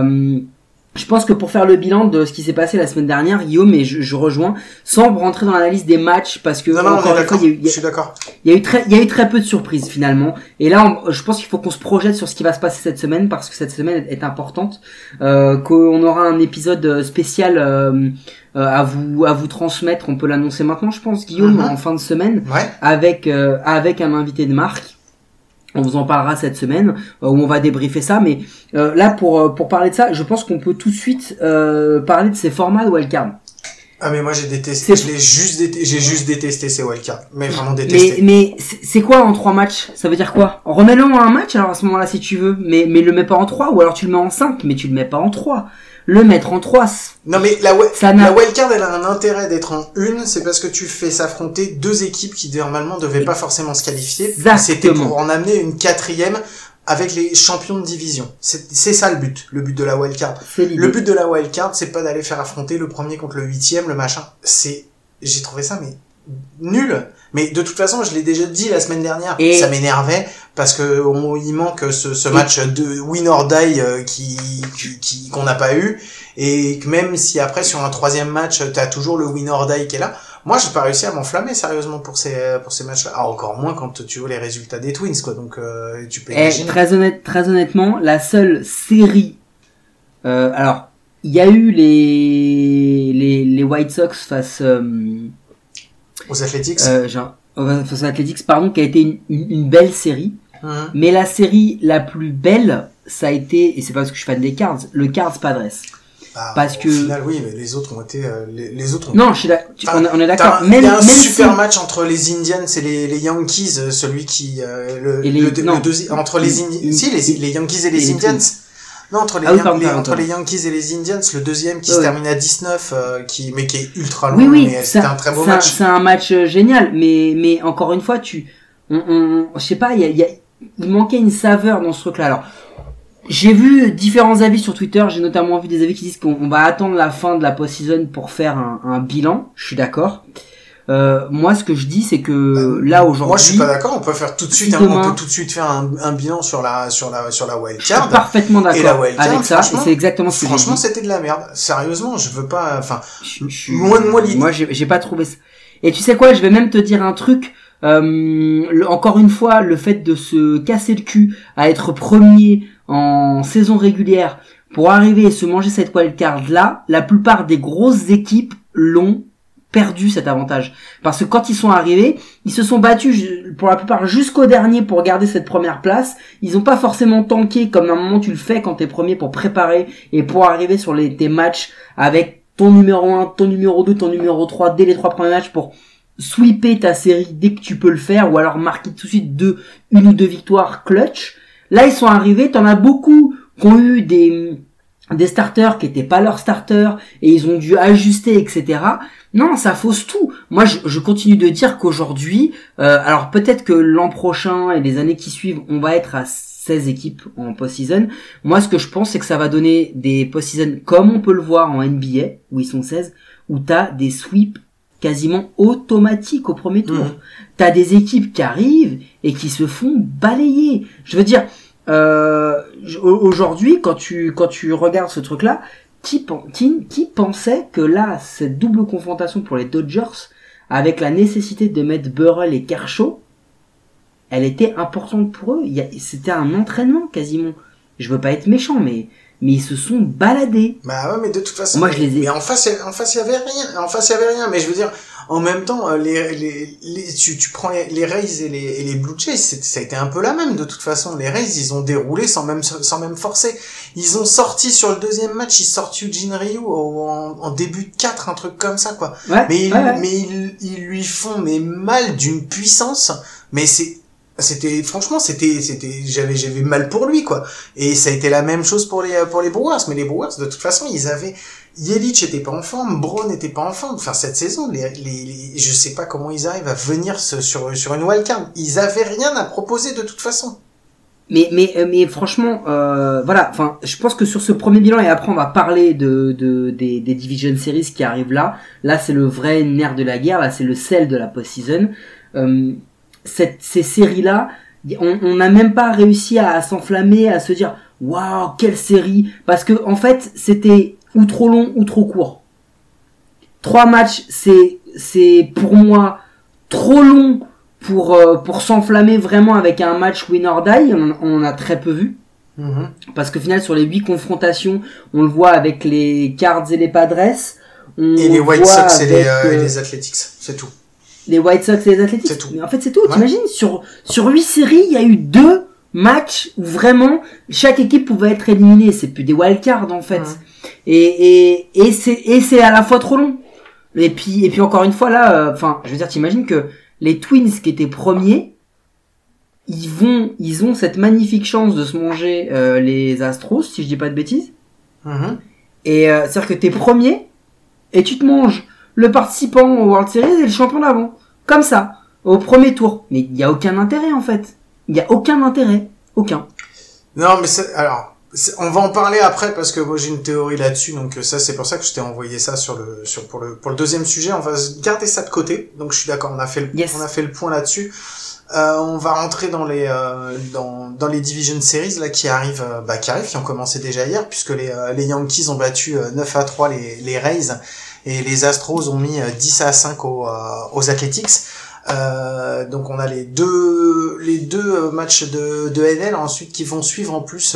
Je pense que pour faire le bilan de ce qui s'est passé la semaine dernière, Guillaume, et je rejoins, sans rentrer dans l'analyse des matchs, parce que je suis d'accord. Il y a eu très peu de surprises finalement. Et là, je pense qu'il faut qu'on se projette sur ce qui va se passer cette semaine, parce que cette semaine est importante. Qu'on aura un épisode spécial à vous transmettre. On peut l'annoncer maintenant, je pense, Guillaume, en fin de semaine, avec un invité de marque. On vous en parlera cette semaine où on va débriefer ça, mais là pour parler de ça, je pense qu'on peut tout de suite parler de ces formats de wildcard. Ah mais moi j'ai détesté, j'ai juste détesté ces wildcards, mais vraiment détesté. Mais c'est quoi en 3 matchs? Ça veut dire quoi? Remets-le en un match alors à ce moment-là si tu veux, mais le mets pas en 3, ou alors tu le mets en 5, mais tu le mets pas en 3. Le mettre en 3. Non mais la wildcard elle a un intérêt d'être en 1, c'est parce que tu fais s'affronter 2 équipes qui normalement devaient pas forcément se qualifier. Exactement. C'était pour en amener une 4e avec les champions de division. C'est ça le but de la wildcard. Le but de la wildcard, c'est pas d'aller faire affronter le premier contre le 8e, le machin. J'ai trouvé ça mais nul. Mais de toute façon, je l'ai déjà dit la semaine dernière, ça m'énervait parce que il manque ce match de win or die qu'on n'a pas eu, et que même si après sur un 3e match, t'as toujours le win or die qui est là. Moi, j'ai pas réussi à m'enflammer sérieusement pour ces matchs-là. Ah, encore moins quand tu vois les résultats des Twins, quoi. Donc tu peux imaginer. Très honnêtement, la seule série. Alors, il y a eu les White Sox face aux Athletics. Face aux Athletics, pardon, qui a été une belle série. Mais la série la plus belle, ça a été, et c'est pas parce que je suis fan des Cards, le Cards Padres. Parce au que final, oui, mais les autres ont été, les autres ont... non, on est d'accord. Il y a un même super si- match entre les Indians et les Yankees, celui qui, non. entre les Indians, si, les Yankees et les Et les Indians. Non, entre les, Ah oui, pardon, entre pardon. les Yankees et les Indians, le deuxième qui Ouais. se termine à 19, mais qui est ultra long, Oui, mais c'était un très beau match. C'est un match génial, mais encore une fois, je sais pas, il manquait une saveur dans ce truc-là. Alors, j'ai vu différents avis sur Twitter, j'ai notamment vu des avis qui disent qu'on va attendre la fin de la post-season pour faire un bilan. Je suis d'accord. Moi, ce que je dis, c'est que là aujourd'hui, Moi, je suis pas d'accord. On peut faire tout de suite, si demain- on peut tout de suite faire un bilan sur la wild je suis card. parfaitement Et la d'accord wild card, avec ça. Et franchement- c'est exactement ce que j'ai Franchement, dit. c'était de la merde. Sérieusement, je veux pas, enfin, Je- loin de moi l'idée. Moi, j'ai pas trouvé ça. Et tu sais quoi, je vais même te dire un truc. Encore une fois, le fait de se casser le cul à être premier en saison régulière pour arriver et se manger cette wildcard là, la plupart des grosses équipes l'ont perdu cet avantage. Parce que quand ils sont arrivés, ils se sont battus pour la plupart jusqu'au dernier pour garder cette première place. Ils ont pas forcément tanké comme normalement tu le fais quand t'es premier pour préparer et pour arriver sur tes matchs avec ton numéro 1, ton numéro 2, ton numéro 3 dès les 3 premiers matchs pour sweeper ta série dès que tu peux le faire ou alors marquer tout de suite une ou deux victoires clutch. Là, ils sont arrivés, t'en as beaucoup qui ont eu des starters qui étaient pas leurs starters et ils ont dû ajuster, etc. Non, ça fausse tout. Moi, je continue de dire qu'aujourd'hui, alors peut-être que l'an prochain et les années qui suivent, on va être à 16 équipes en post-season. Moi, ce que je pense, c'est que ça va donner des post-season comme on peut le voir en NBA, où ils sont 16, où t'as des sweeps quasiment automatiques au premier tour. Mhm. T'as des équipes qui arrivent et qui se font balayer. Je veux dire, aujourd'hui, quand tu regardes ce truc-là, qui pensait que là, cette double confrontation pour les Dodgers, avec la nécessité de mettre Burrell et Kershaw, elle était importante pour eux. C'était un entraînement quasiment. Je veux pas être méchant, mais ils se sont baladés. Bah ouais, mais de toute façon, Moi, je les ai- mais en face, il y avait rien. En face, il y avait rien. Mais je veux dire, en même temps, tu prends les Rays et les Blue Jays, ça a été un peu la même de toute façon. Les Rays, ils ont déroulé sans même forcer. Ils ont sorti sur le deuxième match, ils sortent Eugene Ryu en début de 4, un truc comme ça, quoi. Ouais, Mais ouais. ils lui font mal d'une puissance. Mais franchement, j'avais mal pour lui, quoi. Et ça a été la même chose pour les Brewers. Mais les Brewers, de toute façon, Yelich était pas en forme, Braun était pas en forme. Enfin, cette saison, je sais pas comment ils arrivent à venir sur une wildcard. Ils avaient rien à proposer de toute façon. Mais franchement, voilà. Enfin, je pense que sur ce premier bilan et après on va parler des Division Series qui arrivent là. Là, c'est le vrai nerf de la guerre. Là, c'est le sel de la post-season. Ces séries-là, on n'a même pas réussi à s'enflammer, à se dire waouh, quelle série, parce que en fait, c'était ou trop long ou trop court. 3 matchs, c'est pour moi trop long pour s'enflammer vraiment avec un match win or die. On en a très peu vu. Mm-hmm. Parce que final, sur les 8 confrontations, on le voit avec les Cards et les Padres. Et les White Sox et les Athletics, c'est tout. Les White Sox et les Athletics. C'est tout. Mais en fait, c'est tout. Ouais. T'imagines, sur 8 séries, il y a eu 2 matchs où vraiment chaque équipe pouvait être éliminée. C'est plus des wildcards, en fait. Et c'est à la fois trop long. Et puis encore une fois, là, je veux dire, t'imagines que les Twins qui étaient premiers, ils ont cette magnifique chance de se manger les Astros, si je dis pas de bêtises. Mm-hmm. Et c'est-à-dire que t'es premier et tu te manges le participant au World Series et le champion d'avant. Comme ça, au premier tour. Mais il y a aucun intérêt en fait. Il y a aucun intérêt. Aucun. Non, mais on va en parler après parce que moi j'ai une théorie là-dessus, donc ça c'est pour ça que je t'ai envoyé ça pour le deuxième sujet. On va garder ça de côté. Donc je suis d'accord, on a fait le point là-dessus. On va rentrer dans les Division Series là qui arrivent, qui ont commencé déjà hier puisque les Yankees ont battu 9-3 les Rays et les Astros ont mis 10-5 aux Athletics. Donc on a les deux matchs de NL ensuite qui vont suivre en plus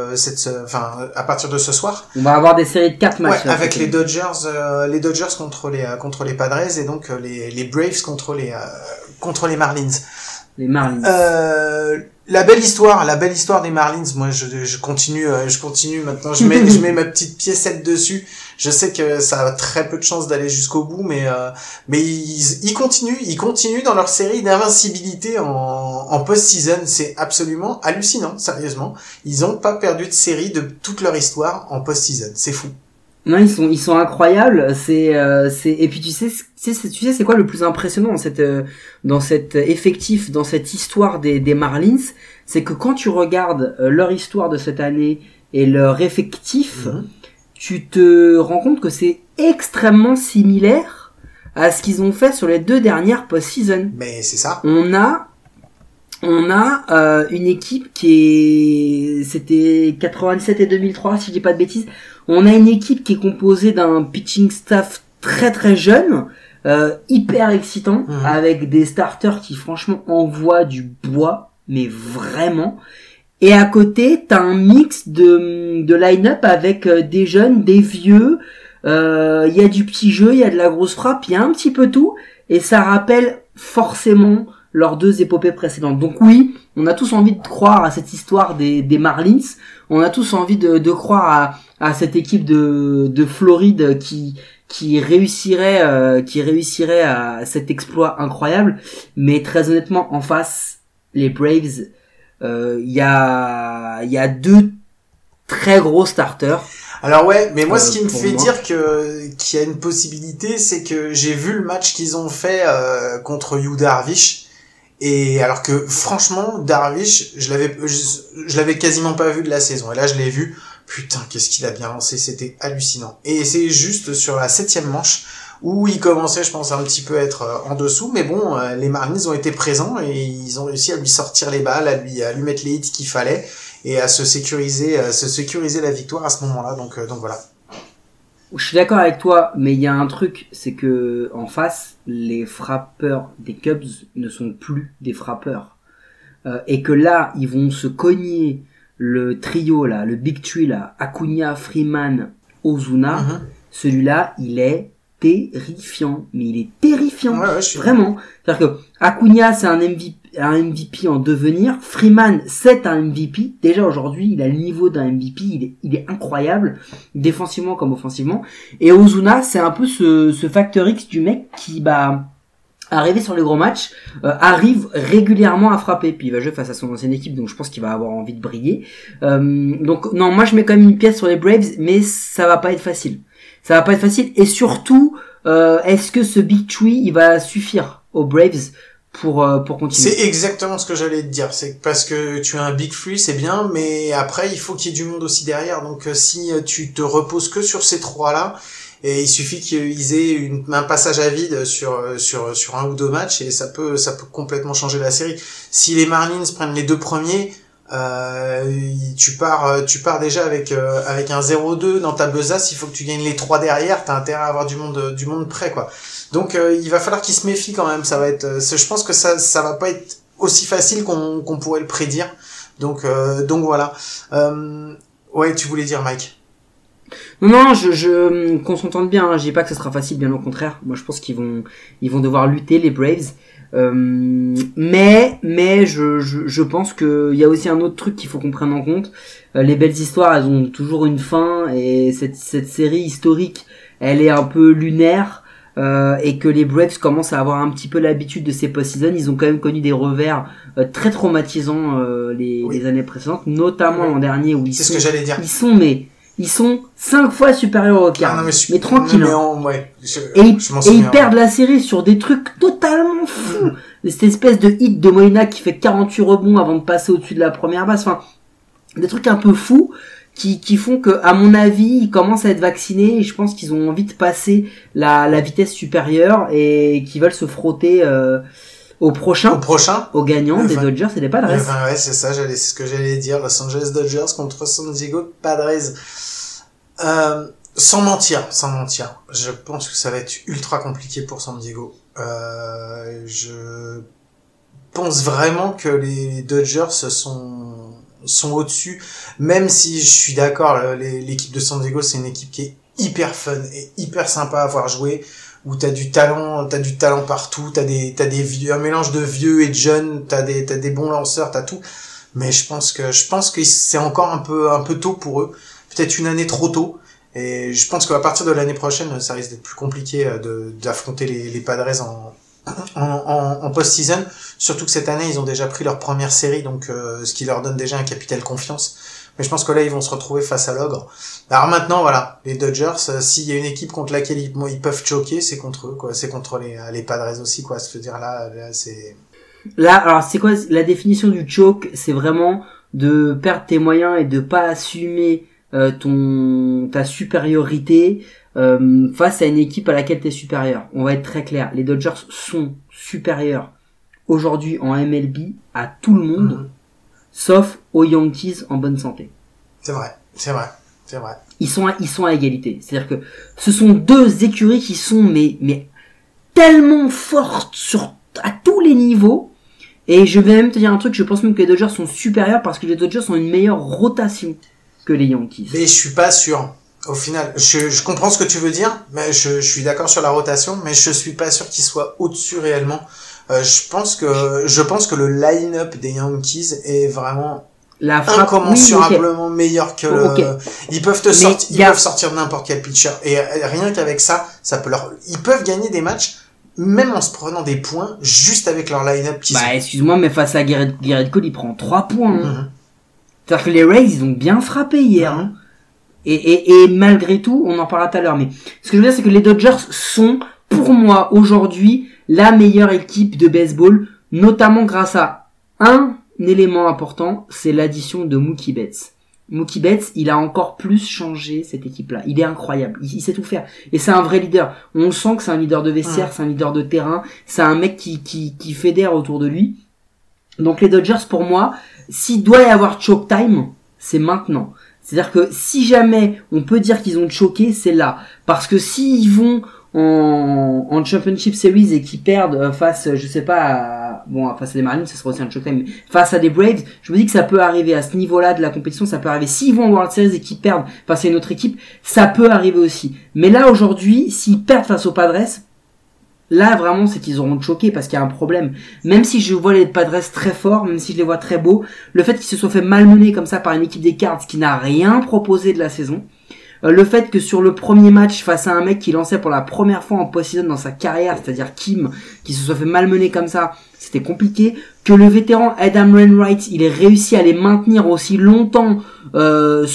à partir de ce soir. On va avoir des séries de 4 matchs. Ouais, avec les Dodgers contre les Padres et donc les Braves contre les Marlins. Les Marlins. La belle histoire des Marlins. Moi, je continue maintenant. Je mets ma petite piécette dessus. Je sais que ça a très peu de chances d'aller jusqu'au bout, mais ils continuent dans leur série d'invincibilité en post-season. C'est absolument hallucinant, sérieusement. Ils ont pas perdu de série de toute leur histoire en post-season. C'est fou. Non, ils sont incroyables. Et puis tu sais c'est quoi le plus impressionnant dans cet effectif, dans cette histoire des Marlins, c'est que quand tu regardes leur histoire de cette année et leur effectif, tu te rends compte que c'est extrêmement similaire à ce qu'ils ont fait sur les 2 dernières post-season. Mais c'est ça. On a une équipe c'était 97 et 2003 si je dis pas de bêtises. On a une équipe qui est composée d'un pitching staff très très jeune, hyper excitant, avec des starters qui franchement envoient du bois, mais vraiment. Et à côté, t'as un mix de line-up avec des jeunes, des vieux. Il y a du petit jeu, il y a de la grosse frappe, il y a un petit peu tout, et ça rappelle forcément leurs 2 épopées précédentes. Donc oui, on a tous envie de croire à cette histoire des Marlins. On a tous envie de croire à cette équipe de Floride qui réussirait à cet exploit incroyable. Mais très honnêtement, en face, les Braves, il y a 2 très gros starters. Alors ouais, mais moi ce qui me fait moi dire qu'il y a une possibilité, c'est que j'ai vu le match qu'ils ont fait contre Yu Darvish. Et alors que franchement, Darvish, je l'avais quasiment pas vu de la saison. Et là, je l'ai vu. Putain, qu'est-ce qu'il a bien lancé. C'était hallucinant. Et c'est juste sur la 7e manche où il commençait, je pense, un petit peu à être en dessous. Mais bon, les Marlins ont été présents et ils ont réussi à lui sortir les balles, à lui mettre les hits qu'il fallait et à se sécuriser la victoire à ce moment-là. Donc voilà. Je suis d'accord avec toi, mais il y a un truc, c'est que en face, les frappeurs des Cubs ne sont plus des frappeurs, et que là, ils vont se cogner le trio là, le Big Tree là, Acuna, Freeman, Ozuna. Celui-là, il est terrifiant, mais il est terrifiant, vraiment. C'est-à-dire que Acuna, c'est un MVP en devenir. Freeman, c'est un MVP. Déjà aujourd'hui, il a le niveau d'un MVP. Il est incroyable, défensivement comme offensivement. Et Ozuna, c'est un peu ce facteur X du mec qui, arrivé sur les gros matchs, arrive régulièrement à frapper. Puis il va jouer face à son ancienne équipe, donc je pense qu'il va avoir envie de briller. Donc non, moi je mets quand même une pièce sur les Braves, mais ça va pas être facile. Ça va pas être facile. Et surtout, est-ce que ce Big Tree, il va suffire aux Braves pour continuer? C'est exactement ce que j'allais te dire. C'est parce que tu as un Big Three, c'est bien, mais après, il faut qu'il y ait du monde aussi derrière. Donc, si tu te reposes que sur ces 3-là, et il suffit qu'ils aient un passage à vide sur 1 ou 2 matchs, et ça peut complètement changer la série. Si les Marlins prennent les 2 premiers, tu pars déjà avec un 0-2 dans ta besace. Il faut que tu gagnes les 3 derrière. T'as intérêt à avoir du monde prêt, quoi. Donc il va falloir qu'ils se méfient quand même. Ça va être, je pense que ça va pas être aussi facile qu'on pourrait le prédire. Donc voilà. Ouais, tu voulais dire, Mike? Non, qu'on s'entende bien. Hein. Je dis pas que ce sera facile, bien au contraire. Moi, je pense qu'ils vont devoir lutter, les Braves. Mais je pense que il y a aussi un autre truc qu'il faut qu'on prenne en compte. Les belles histoires, elles ont toujours une fin, et cette série historique, elle est un peu lunaire. Et que les Braves commencent à avoir un petit peu l'habitude de ces post-season. Ils ont quand même connu des revers très traumatisants les années précédentes, notamment l'an dernier où c'est ce que j'allais dire. Ils sont 5 fois supérieurs aux Cards. Mais tranquille. Et ils perdent la série sur des trucs totalement fous. Cette espèce de hit de Molina qui fait 48 rebonds avant de passer au-dessus de la première base. Enfin, des trucs un peu fous qui font que, à mon avis, ils commencent à être vaccinés, et je pense qu'ils ont envie de passer la vitesse supérieure et qu'ils veulent se frotter au prochain, au gagnant des Dodgers et des Padres. Ouais, c'est ça, c'est ce que j'allais dire. Los Angeles Dodgers contre San Diego Padres. Sans mentir, je pense que ça va être ultra compliqué pour San Diego. Je pense vraiment que les Dodgers sont au-dessus, même si je suis d'accord, l'équipe de San Diego, c'est une équipe qui est hyper fun et hyper sympa à voir jouer, où t'as du talent partout, t'as des vieux, un mélange de vieux et de jeunes, t'as des bons lanceurs, t'as tout. Mais je pense que c'est encore un peu tôt pour eux. Peut-être une année trop tôt. Et je pense qu'à partir de l'année prochaine, ça risque d'être plus compliqué d'affronter les Padres en post-season. Surtout que cette année, ils ont déjà pris leur première série, donc ce qui leur donne déjà un capital confiance. Mais je pense que là, ils vont se retrouver face à l'ogre. Alors maintenant, voilà, les Dodgers, s'il y a une équipe contre laquelle ils peuvent choquer, c'est contre eux, quoi. C'est contre les Padres aussi, quoi. Je veux dire, là, c'est... Là, alors c'est quoi la définition du choke? C'est vraiment de perdre tes moyens et de pas assumer ta supériorité face à une équipe à laquelle t'es supérieur. On va être très clair, les Dodgers sont supérieurs aujourd'hui en MLB à tout le monde, sauf aux Yankees en bonne santé. C'est vrai. Ils sont à égalité. C'est-à-dire que ce sont deux écuries qui sont mais tellement fortes à tous les niveaux. Et je vais même te dire un truc, je pense même que les Dodgers sont supérieurs parce que les Dodgers ont une meilleure rotation que les Yankees. Mais je suis pas sûr. Au final, je comprends ce que tu veux dire, mais je suis d'accord sur la rotation, mais je suis pas sûr qu'ils soient au-dessus réellement. Je pense que le line-up des Yankees est vraiment incommensurablement meilleur que ils peuvent peuvent sortir n'importe quel pitcher et rien qu'avec ça peut ils peuvent gagner des matchs même en se prenant des points juste avec leur line-up excuse-moi, mais face à Gerrit Cole, il prend 3 points. Hein. C'est-à-dire que les Rays, ils ont bien frappé hier. Hein. Et malgré tout, on en parlera tout à l'heure, mais ce que je veux dire, c'est que les Dodgers sont, pour moi, aujourd'hui, la meilleure équipe de baseball, notamment grâce à un élément important, c'est l'addition de Mookie Betts. Mookie Betts, il a encore plus changé cette équipe-là. Il est incroyable. Il sait tout faire. Et c'est un vrai leader. On sent que c'est un leader de vestiaire, c'est un leader de terrain, c'est un mec qui fédère autour de lui. Donc les Dodgers, pour moi, s'il doit y avoir choke time, c'est maintenant. C'est-à-dire que si jamais on peut dire qu'ils ont choqué, c'est là. Parce que s'ils vont en Championship Series et qu'ils perdent face, je sais pas, face à des Marlins, ça sera aussi un choke time, mais face à des Braves, je me dis que ça peut arriver à ce niveau-là de la compétition, ça peut arriver. S'ils vont en World Series et qu'ils perdent face à une autre équipe, ça peut arriver aussi. Mais là, aujourd'hui, s'ils perdent face aux Padres, là, vraiment, c'est qu'ils auront choqué parce qu'il y a un problème. Même si je vois les Padres très forts, même si je les vois très beaux, le fait qu'ils se soient fait malmener comme ça par une équipe des Cards qui n'a rien proposé de la saison, le fait que sur le premier match, face à un mec qui lançait pour la première fois en post-season dans sa carrière, c'est-à-dire Kim, qui se soit fait malmener comme ça, c'était compliqué. Que le vétéran Adam Wainwright, il ait réussi à les maintenir aussi longtemps dans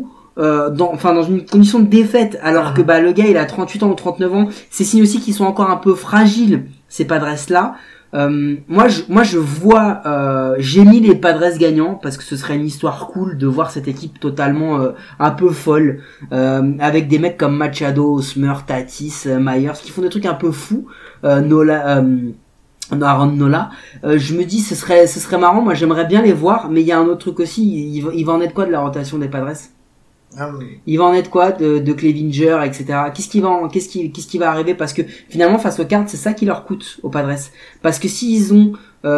une condition de défaite, alors que le gars il a 38 ans ou 39 ans, c'est signe aussi qu'ils sont encore un peu fragiles, ces Padres là. Moi je vois j'ai mis les Padres gagnants parce que ce serait une histoire cool de voir cette équipe totalement un peu folle, avec des mecs comme Machado, Osmer, Tatis, Myers qui font des trucs un peu fous, Aaron Nola. Je me dis ce serait marrant, moi j'aimerais bien les voir, mais il y a un autre truc aussi, il va en être quoi de la rotation des Padres? Il va en être quoi de Clevinger, etc. Qu'est-ce qui va arriver? Parce que finalement face aux Cards, c'est ça qui leur coûte aux Padres. Parce que s'ils ont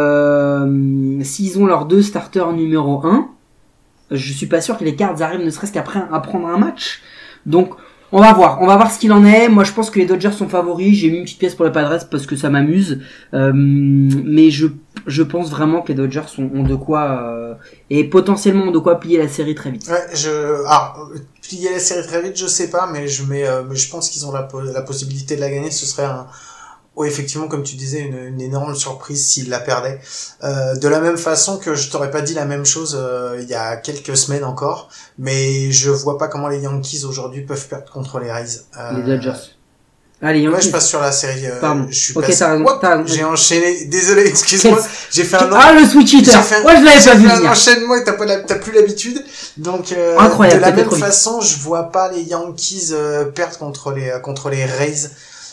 leurs deux starters numéro 1, je suis pas sûr que les Cards arrivent ne serait-ce qu'après à prendre un match. Donc on va voir ce qu'il en est. Moi je pense que les Dodgers sont favoris. J'ai mis une petite pièce pour les Padres parce que ça m'amuse. Mais je pense vraiment que les Dodgers ont de quoi et potentiellement ont de quoi plier la série très vite. Ouais, plier la série très vite, je sais pas, mais je pense qu'ils ont la possibilité de la gagner. Ce serait effectivement, comme tu disais, une énorme surprise s'ils la perdaient. De la même façon que je t'aurais pas dit la même chose il y a quelques semaines encore, mais je vois pas comment les Yankees aujourd'hui peuvent perdre contre les Rays. Les Dodgers. Allez, Yankees. Ouais, je passe sur la série. Pardon. Je suis ok, t'as raison. J'ai enchaîné. Désolé, excuse-moi. J'ai fait le switch hitter. Moi, je l'avais pas vu venir. Un enchaînement et t'as plus l'habitude. Donc, incroyable. De la même façon, je vois pas les Yankees perdre contre les Rays.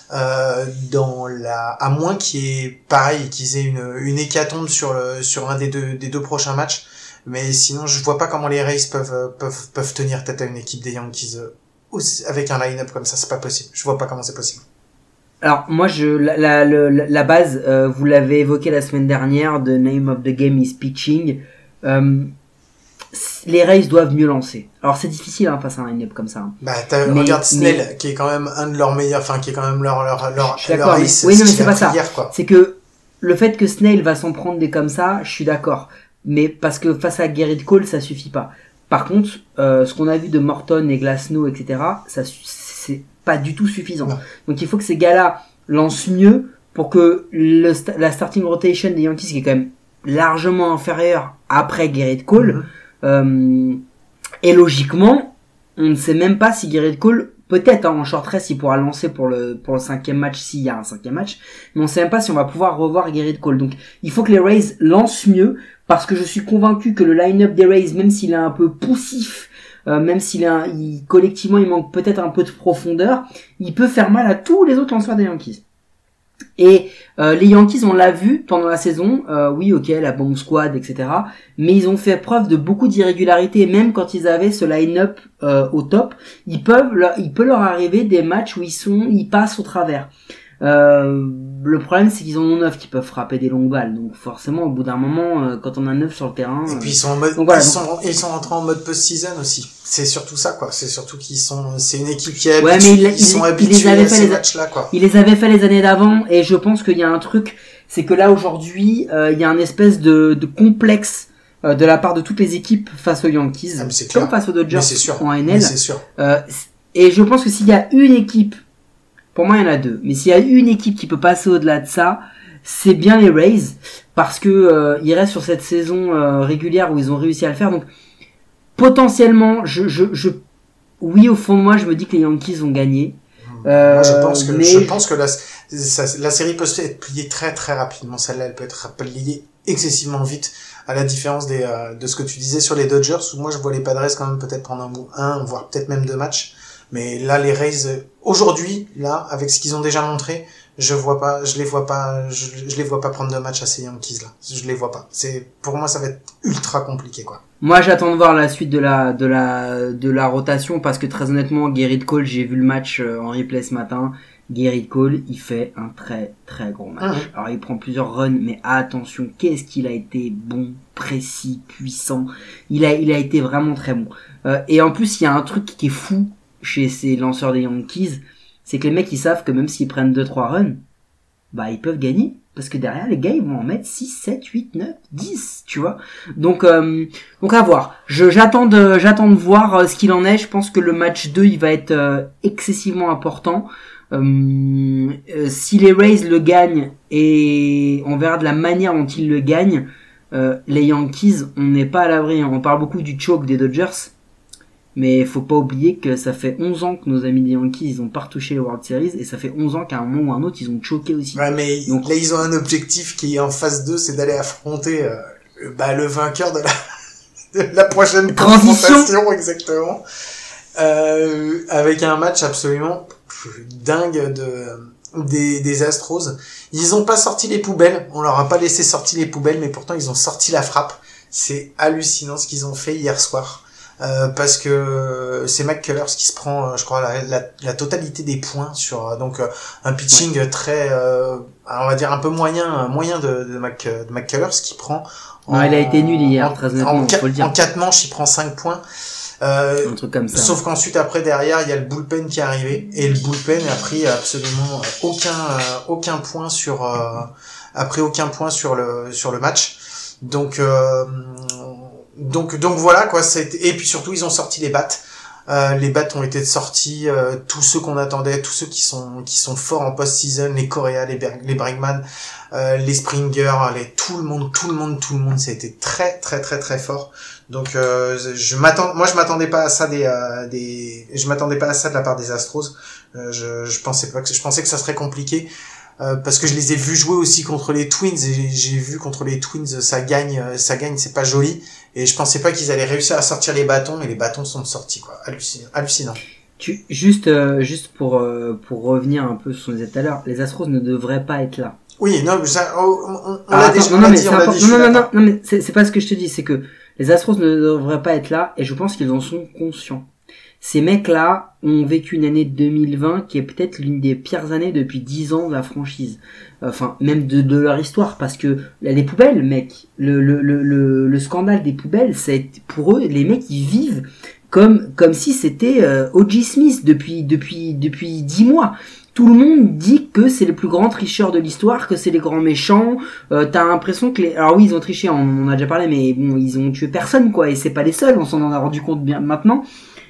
À moins qu'ils aient une hécatombe sur un des deux prochains matchs. Mais sinon, je vois pas comment les Rays peuvent tenir tête à une équipe des Yankees avec un line-up comme ça. C'est pas possible. Je vois pas comment c'est possible. Alors moi la base, vous l'avez évoqué la semaine dernière, the name of the game is pitching. Les Rays doivent mieux lancer. Alors c'est difficile face à un line-up comme ça. Regarde Snell qui est quand même un de leurs meilleurs, qui est quand même leur ace. Oui, non, mais c'est pas ça. C'est que le fait que Snell va s'en prendre des comme ça, je suis d'accord. mais parce que face à Gerrit Cole, ça suffit pas. Par contre, ce qu'on a vu de Morton et Glasnow, etc., c'est pas du tout suffisant. Non. Donc il faut que ces gars-là lancent mieux pour que la starting rotation des Yankees, qui est quand même largement inférieure après Gerrit Cole, et logiquement, on ne sait même pas si Gerrit Cole, peut-être en short rest, il pourra lancer pour le 5e match s'il y a un 5e match, mais on ne sait même pas si on va pouvoir revoir Gerrit Cole. Donc il faut que les Rays lancent mieux, parce que je suis convaincu que le line-up des Rays, même s'il est un peu poussif, même collectivement il manque peut-être un peu de profondeur, il peut faire mal à tous les autres lanceurs des Yankees. Et les Yankees, on l'a vu pendant la saison, oui, ok, la bomb squad, etc. Mais ils ont fait preuve de beaucoup d'irrégularité, même quand ils avaient ce line-up au top. Il peut leur arriver des matchs où ils passent au travers. Le problème, c'est qu'ils en ont 9 qui peuvent frapper des longues balles. Donc forcément, au bout d'un moment, quand on a 9 sur le terrain... Et puis ils sont en mode, donc voilà, ils sont rentrés en mode post-season aussi. C'est surtout ça, quoi. C'est surtout c'est une équipe qui est ouais, habituée, mais ils sont habitués à ces matchs-là, quoi. Ils les avaient fait les années d'avant, et je pense qu'il y a un truc, c'est que là, aujourd'hui, il y a un espèce de complexe de la part de toutes les équipes face aux Yankees, Ah, mais c'est comme clair. face aux Dodgers Mais c'est sûr. en Mais NL. c'est sûr. Et je pense que s'il y a une équipe, pour moi il y en a deux, mais s'il y a une équipe qui peut passer au-delà de ça, c'est bien les Rays, parce que ils restent sur cette saison régulière où ils ont réussi à le faire. Donc potentiellement, oui, au fond de moi, je me dis que les Yankees vont gagner. Moi, je pense que la série peut être pliée très très rapidement. Celle-là, elle peut être pliée excessivement vite, à la différence de ce que tu disais sur les Dodgers, où moi je vois les Padres quand même peut-être prendre un voire peut-être même 2 matchs. Mais là, les Rays, aujourd'hui, là, avec ce qu'ils ont déjà montré, je les vois pas prendre 2 matchs à ces Yankees là. Je les vois pas. Pour moi, ça va être ultra compliqué, quoi. Moi, j'attends de voir la suite de la rotation, parce que très honnêtement, Gerrit Cole, j'ai vu le match en replay ce matin. Gerrit Cole, il fait un très très gros match. Alors il prend plusieurs runs, mais attention, qu'est-ce qu'il a été bon, précis, puissant. Il a été vraiment très bon. Et en plus, il y a un truc qui est fou chez ces lanceurs des Yankees, c'est que les mecs, ils savent que même s'ils prennent 2-3 runs, bah ils peuvent gagner, parce que derrière les gars ils vont en mettre 6, 7, 8, 9, 10, tu vois. Donc à voir. J'attends de voir ce qu'il en est. Je pense que le match 2 il va être excessivement important. Si les Rays le gagnent, et on verra de la manière dont ils le gagnent, les Yankees, on n'est pas à l'abri. On parle beaucoup du choke des Dodgers, mais faut pas oublier que ça fait 11 ans que nos amis des Yankees, ils ont pas retouché les World Series, et ça fait 11 ans qu'à un moment ou un autre, ils ont choqué aussi. Ouais, mais donc, là, ils ont un objectif qui est en phase 2, c'est d'aller affronter le vainqueur de la prochaine confrontation, exactement. Avec un match absolument dingue des Astros. Ils ont pas sorti les poubelles, on leur a pas laissé sortir les poubelles, mais pourtant ils ont sorti la frappe. C'est hallucinant ce qu'ils ont fait hier soir. Parce que c'est McCullers qui se prend, je crois, la totalité des points sur un pitching très, on va dire un peu moyen de McCullers qui prend. Il a été nul hier, très honnêtement, faut le dire. En 4 manches, il prend 5 points. Un truc comme ça. Sauf qu'ensuite, après, derrière, il y a le bullpen qui est arrivé, et le bullpen a pris absolument aucun point a pris aucun point sur le match. Donc voilà, quoi. Et puis surtout, ils ont sorti les battes. Les battes ont été sortis, tous ceux qu'on attendait, tous ceux qui sont forts en post-season, les Correa, les Bregman, les Springer, tout le monde, ça a été très très très très fort. Donc je m'attendais pas à ça je m'attendais pas à ça de la part des Astros. Je pensais que ça serait compliqué. Parce que je les ai vus jouer aussi contre les Twins, et j'ai vu contre les Twins ça gagne, c'est pas joli, et je pensais pas qu'ils allaient réussir à sortir les bâtons, et les bâtons sont sortis, quoi. Hallucinant. Juste pour revenir un peu sur ce qu'on disait tout à l'heure, les Astros ne devraient pas être là. Oui, non, ça, on l'a dit. Non, mais c'est pas ce que je te dis, c'est que les Astros ne devraient pas être là, et je pense qu'ils en sont conscients. Ces mecs-là ont vécu une année 2020 qui est peut-être l'une des pires années depuis 10 ans de la franchise. Enfin, même de leur histoire, parce que les poubelles, mec, le scandale des poubelles, c'est pour eux, les mecs, ils vivent comme si c'était O.J. Smith depuis 10 mois. tout le monde dit que c'est les plus grands tricheurs de l'histoire, que c'est les grands méchants. T'as l'impression que alors oui, ils ont triché, on en a déjà parlé, mais bon, ils ont tué personne, quoi, et c'est pas les seuls, on s'en en a rendu compte bien maintenant.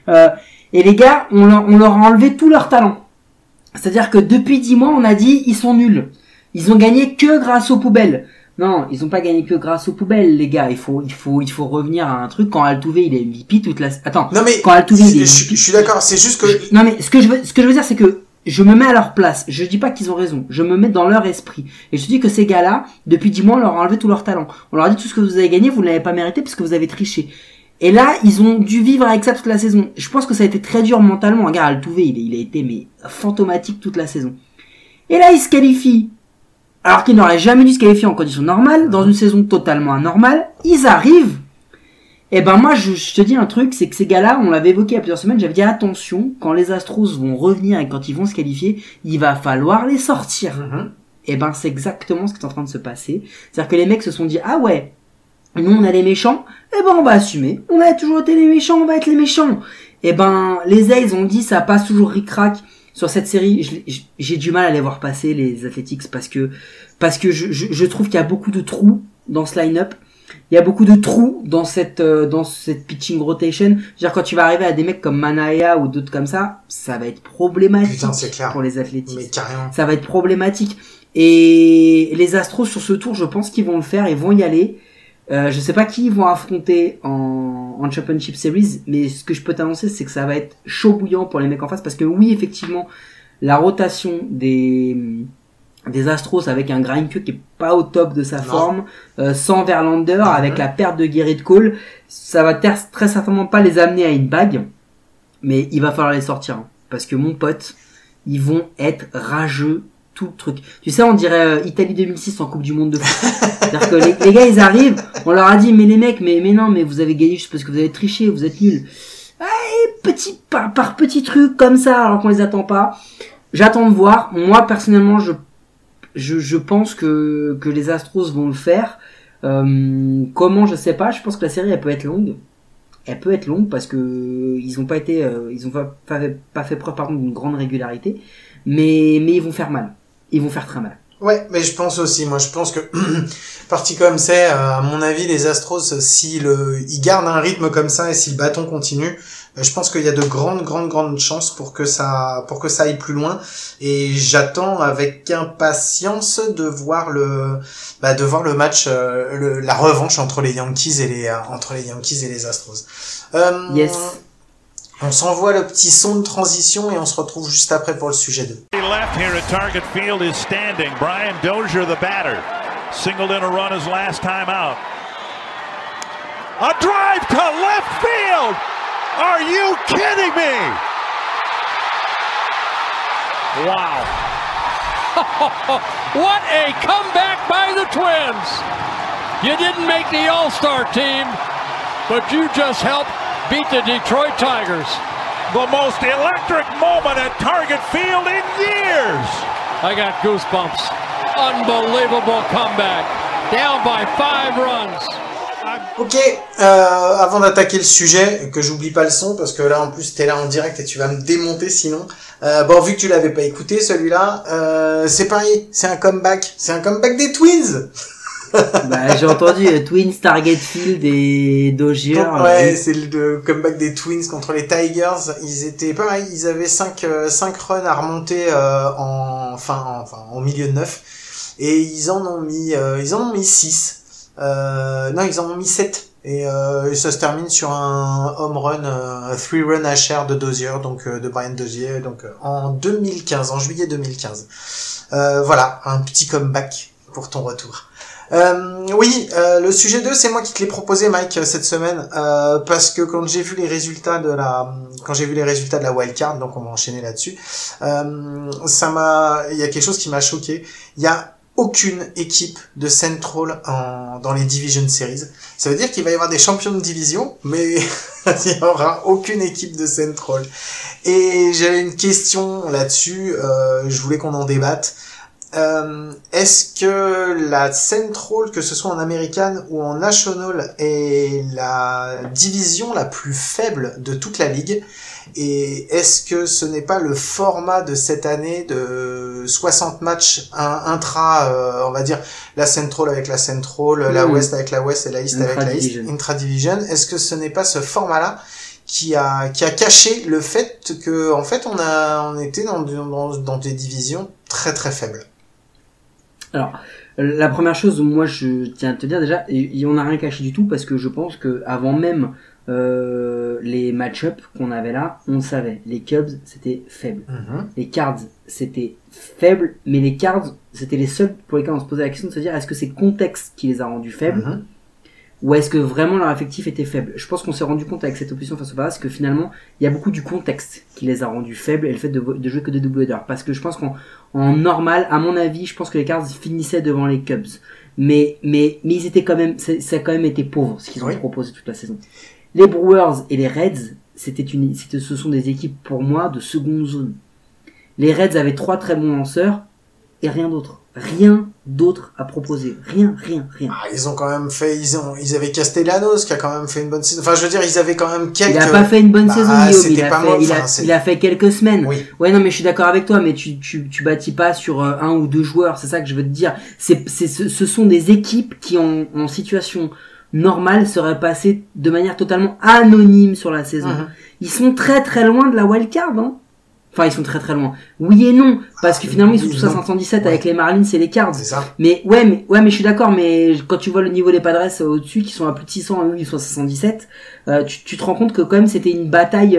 Et les gars, on leur a enlevé tout leur talent. C'est-à-dire que depuis 10 mois, on a dit, ils sont nuls. Ils ont gagné que grâce aux poubelles. Non, ils ont pas gagné que grâce aux poubelles, les gars. Il faut revenir à un truc. Quand Altuve, il est MVP toute la... Attends. Non mais, quand Altuve, il est je suis d'accord, c'est juste que... Non mais, ce que je veux dire, c'est que je me mets à leur place. Je dis pas qu'ils ont raison. Je me mets dans leur esprit. Et je dis que ces gars-là, depuis 10 mois, on leur a enlevé tout leur talent. On leur a dit tout ce que vous avez gagné, vous ne l'avez pas mérité parce que vous avez triché. Et là, ils ont dû vivre avec ça toute la saison. Je pense que ça a été très dur mentalement. Regarde, Altuve, il a été, mais, fantomatique toute la saison. Et là, il se qualifie. Alors qu'ils n'auraient jamais dû se qualifier en conditions normales, dans une saison totalement anormale. Ils arrivent. Et ben, moi, je te dis un truc, c'est que ces gars-là, on l'avait évoqué il y a plusieurs semaines, j'avais dit attention, quand les Astros vont revenir et quand ils vont se qualifier, il va falloir les sortir. Et ben, c'est exactement ce qui est en train de se passer. C'est-à-dire que les mecs se sont dit, ah ouais, nous on a les méchants, et ben on va assumer. On a toujours été les méchants, on va être les méchants. Et ben les A's ont dit ça passe toujours ric-rac sur cette série. J'ai du mal à les voir passer les Athletics parce que je trouve qu'il y a beaucoup de trous dans ce line-up. Il y a beaucoup de trous dans cette pitching rotation. Je veux dire, quand tu vas arriver à des mecs comme Manaya ou d'autres comme ça va être problématique. Putain, c'est clair. Pour les Athletics. Mais carrément. Ça va être problématique. Et les Astros sur ce tour, je pense qu'ils vont le faire, ils vont y aller. Je sais pas qui ils vont affronter en Championship Series, mais ce que je peux t'annoncer, c'est que ça va être chaud bouillant pour les mecs en face, parce que oui, effectivement, la rotation des Astros avec un Greinke qui est pas au top de sa forme, sans Verlander, avec la perte de Gerrit Cole, ça va très certainement pas les amener à une bague, mais il va falloir les sortir, hein, parce que mon pote, ils vont être rageux tout le truc. Tu sais, on dirait Italie 2006 en Coupe du Monde de foot. C'est-à-dire que les gars, ils arrivent, on leur a dit, mais les mecs, mais non, mais vous avez gagné juste parce que vous avez triché, vous êtes nuls. Par petits trucs comme ça, alors qu'on les attend pas. J'attends de voir. Moi, personnellement, je pense que les Astros vont le faire. Comment, je sais pas. Je pense que la série, elle peut être longue. Elle peut être longue parce que ils ont pas été, ils ont pas fait preuve, pardon, d'une grande régularité. Mais ils vont faire mal. Ils vont faire très mal. Ouais, mais je pense aussi, moi je pense que parti comme c'est, à mon avis les Astros, ils gardent un rythme comme ça et si le bâton continue, je pense qu'il y a de grandes chances pour que ça aille plus loin et j'attends avec impatience de voir le match, la revanche entre les Yankees et les Astros. Yes. On s'envoie le petit son de transition et on se retrouve juste après pour le sujet 2. Left here at Target Field is standing. Brian Dozier, the batter, singled in a run his last time out. A drive to left field. Are you kidding me? Wow. What a comeback by the Twins. You didn't make the All-Star team, but you just helped beat the Detroit Tigers. The most electric moment at Target Field in years. I got goosebumps. Unbelievable comeback. Down by 5 runs. Ok, avant d'attaquer le sujet, que j'oublie pas le son, parce que là en plus t'es là en direct et tu vas me démonter sinon. Vu que tu l'avais pas écouté celui-là, c'est pareil, c'est un comeback des Twins. J'ai entendu Twins, Target Field et Dozier. Ouais, c'est le comeback des Twins contre les Tigers. Ils étaient pareil, ils avaient 5 runs à remonter en milieu de 9 et ils en ont mis 6. Non, ils en ont mis 7 et ça se termine sur un home run, 3-run HR de Dozier, donc de Brian Dozier, donc en juillet 2015. Voilà, un petit comeback pour ton retour. Le sujet 2, c'est moi qui te l'ai proposé, Mike, cette semaine, parce que quand j'ai vu les résultats de la wildcard, donc on va enchaîner là-dessus, il y a quelque chose qui m'a choqué. Il y a aucune équipe de Central dans les Division Series. Ça veut dire qu'il va y avoir des champions de division, mais il n'y aura aucune équipe de Central. Et j'avais une question là-dessus, je voulais qu'on en débatte. Est-ce que la Central, que ce soit en American ou en National, est la division la plus faible de toute la ligue? Et est-ce que ce n'est pas le format de cette année de 60 matchs on va dire la Central avec la Central, la West avec la West et la East avec la East, intra-division? Est-ce que ce n'est pas ce format-là qui a caché le fait que, en fait, on était dans des divisions très très faibles? Alors, la première chose, moi, je tiens à te dire déjà, et on n'a rien caché du tout parce que je pense que avant même les match-up qu'on avait là, on le savait. Les Cubs, c'était faible. Les Cards, c'était faible, mais les Cards, c'était les seuls pour lesquels on se posait la question de se dire est-ce que c'est le contexte qui les a rendus faibles ou est-ce que vraiment leur effectif était faible? Je pense qu'on s'est rendu compte avec cette opposition face au Pirates que finalement, il y a beaucoup du contexte qui les a rendus faibles et le fait de jouer que des double-headers. Parce que je pense qu'en normal, à mon avis, je pense que les Cards finissaient devant les Cubs. Mais ils étaient quand même, ça a quand même été pauvre ce qu'ils ont proposé toute la saison. Les Brewers et les Reds, ce sont des équipes pour moi de seconde zone. Les Reds avaient 3 très bons lanceurs et rien d'autre. Rien d'autre à proposer. Rien. Ah, ils ont quand même fait, ils avaient Castellanos qui a quand même fait une bonne saison. Enfin, je veux dire, ils avaient quand même quelques... Il a pas fait une bonne saison, Guillaume. Il a fait quelques semaines. Oui. Ouais, non, mais je suis d'accord avec toi, mais tu bâtis pas sur un ou deux joueurs. C'est ça que je veux te dire. Ce sont des équipes qui en situation normale seraient passées de manière totalement anonyme sur la saison. Ils sont très très loin de la wildcard, hein. Enfin, ils sont très très loin. Oui et non, parce que finalement ils sont tous à 177 avec les Marlins et les Cards. C'est ça. Mais je suis d'accord, mais quand tu vois le niveau des Padres au-dessus qui sont à plus de 600 et eux ils sont à 177, tu te rends compte que quand même c'était une bataille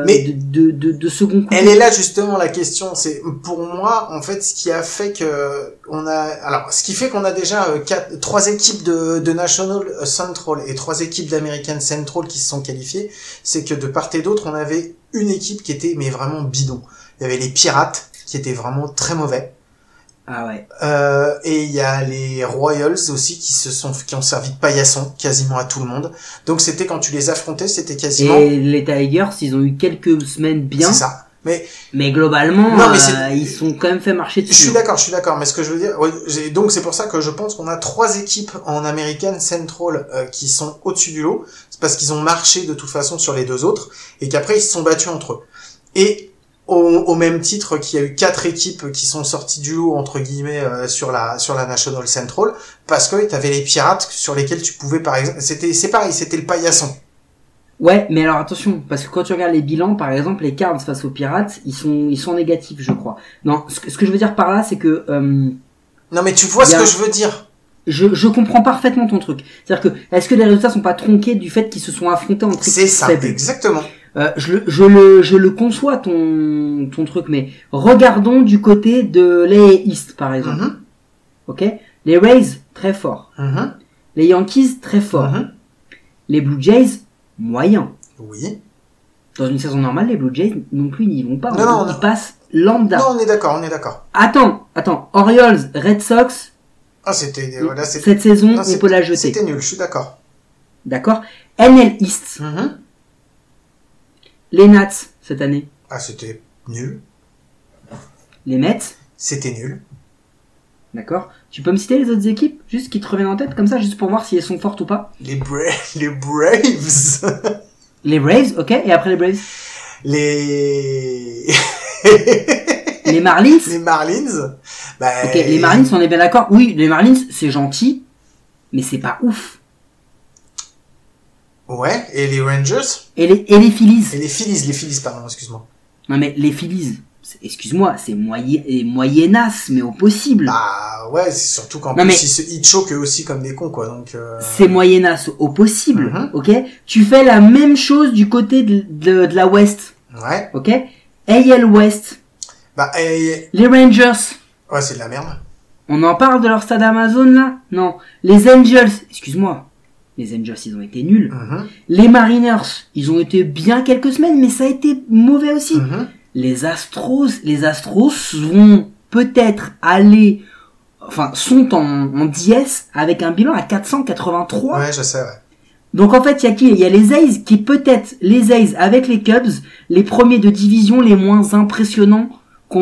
de second coup. Elle est là justement la question, c'est pour moi en fait ce qui a fait que ce qui fait qu'on a déjà 3 équipes de National Central et 3 équipes d'American Central qui se sont qualifiées, c'est que de part et d'autre on avait une équipe qui était mais vraiment bidon. Il y avait les Pirates qui étaient vraiment très mauvais. Ah ouais. Et il y a les Royals aussi qui ont servi de paillasson quasiment à tout le monde. Donc c'était quand tu les affrontais, c'était quasiment. Et les Tigers, ils ont eu quelques semaines bien. C'est ça. Mais globalement, ils sont quand même fait marcher dessus. Je suis d'accord. Mais ce que je veux dire, donc c'est pour ça que je pense qu'on a 3 équipes en American Central qui sont au-dessus du lot. C'est parce qu'ils ont marché de toute façon sur les 2 autres et qu'après ils se sont battus entre eux. Et au même titre qu'il y a eu 4 équipes qui sont sorties du lot entre guillemets sur la National Central parce que t'avais les Pirates sur lesquels tu pouvais par exemple c'est pareil, c'était le paillasson. Ouais, mais alors attention, parce que quand tu regardes les bilans, par exemple, les Cards face aux Pirates, ils sont négatifs, je crois. Non, ce que je veux dire par là, c'est que non, mais tu vois ce que je veux dire. Je comprends parfaitement ton truc. C'est-à-dire que est-ce que les résultats sont pas tronqués du fait qu'ils se sont affrontés entre équipes faibles ? C'est ça, exactement. Je le conçois ton truc, mais regardons du côté de les East par exemple. Ok, les Rays très forts, les Yankees très forts, les Blue Jays moyen. Oui. Dans une saison normale, les Blue Jays non plus ils vont pas. Ils passent lambda. Non, on est d'accord. Attends, Orioles, Red Sox. Ah, c'était cette saison, on peut la jeter. C'était nul, je suis d'accord. D'accord. NL East. Les Nats cette année. Ah, c'était nul. Les Mets. C'était nul. D'accord. Tu peux me citer les autres équipes, juste qui te reviennent en tête, comme ça, juste pour voir si elles sont fortes ou pas. Les Braves. Les Braves, ok. Et après les Braves. Les Marlins. Les Marlins. Ok, les Marlins, on est bien d'accord. Oui, les Marlins, c'est gentil, mais c'est pas ouf. Ouais, et les Rangers. Et les Phillies. Et les Phillies, pardon, excuse-moi. Non mais les Phillies, excuse-moi, c'est moyennasse, mais au possible. Ah ouais, c'est surtout qu'en plus ils se hit-choquent eux aussi comme des cons, quoi. Donc c'est moyennasse au possible, ok. Tu fais la même chose du côté de la West. Ouais. Ok. AL West. Les Rangers. Ouais, c'est de la merde. On en parle de leur stade Amazon là ? Non. Les Angels, excuse-moi. Les Angels, ils ont été nuls. Les Mariners, ils ont été bien quelques semaines, mais ça a été mauvais aussi. Les Astros vont peut-être sont en dièse avec un bilan à 483. Ouais, je sais, ouais. Donc en fait, il y a qui ? Il y a les A's qui peut-être, les A's avec les Cubs, les premiers de division les moins impressionnants qu'on ait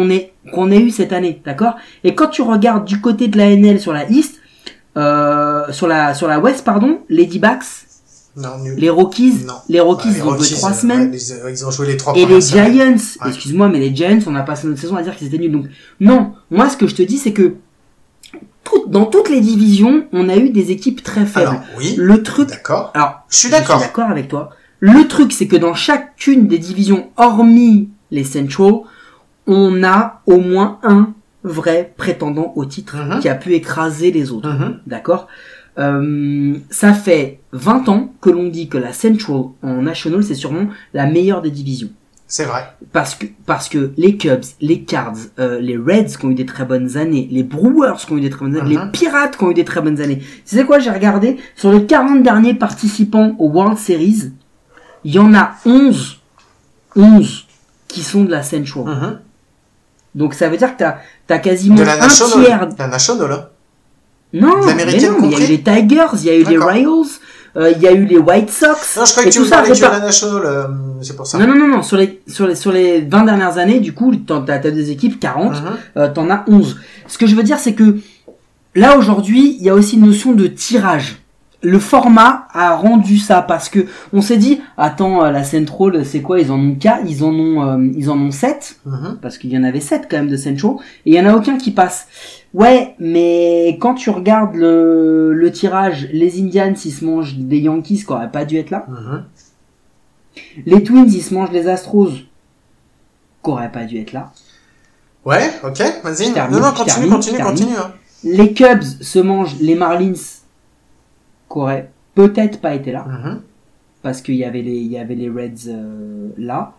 qu'on a eu cette année, d'accord? Et quand tu regardes du côté de la NL sur la East, sur la West, pardon, les D-backs, Non, nul. les Rockies, Non. les Rockies, Les ils ont joué Rockies, 3 semaines. ils ont joué les 3 Et premières les semaines. Giants, Ouais. excuse-moi, mais les Giants, on a passé notre saison à dire qu'ils étaient nuls. Donc, non, moi, ce que je te dis, c'est que dans toutes les divisions, on a eu des équipes très faibles. Alors, oui, Le truc, d'accord. alors, Je suis d'accord. avec toi. Le truc, c'est que dans chacune des divisions, hormis les Central, on a au moins un vrai prétendant au titre Mhm. qui a pu écraser les autres. Mhm. D'accord? Ça fait 20 ans que l'on dit que la Central en National, c'est sûrement la meilleure des divisions. C'est vrai. Parce que les Cubs, les Cards, les Reds qui ont eu des très bonnes années, les Brewers qui ont eu des très bonnes années, Mhm. les Pirates qui ont eu des très bonnes années. Tu sais quoi, j'ai regardé, sur les 40 derniers participants au World Series, il y en a 11 qui sont de la Central. Mhm. Donc ça veut dire que t'as quasiment De la un tiers. National. La National, hein. Non, mais L'américaine non, mais il y a eu compris les Tigers, il y a eu les D'accord. Royals, il y a eu les White Sox. Non, je croyais et que tu tout me ça parlais que de repart- la National, c'est pour ça. Non, sur les 20 dernières années, du coup, t'as des équipes 40, Mhm. t'en as 11. Ce que je veux dire, c'est que, là, aujourd'hui, il y a aussi une notion de tirage. Le format a rendu ça, parce que, on s'est dit, attends, la Central, c'est quoi? Ils en ont 7. Mhm. Parce qu'il y en avait 7 quand même de Central, et il y en a aucun qui passe. Ouais, mais quand tu regardes le tirage, les Indians, ils se mangent des Yankees qui auraient pas dû être là. Mhm. Les Twins, ils se mangent les Astros qui auraient pas dû être là. Ouais, ok, vas-y. Je termine, Non, je termine. continue. Hein. Les Cubs se mangent les Marlins qui auraient peut-être pas été là. Mhm. Parce qu'il y avait les Reds là.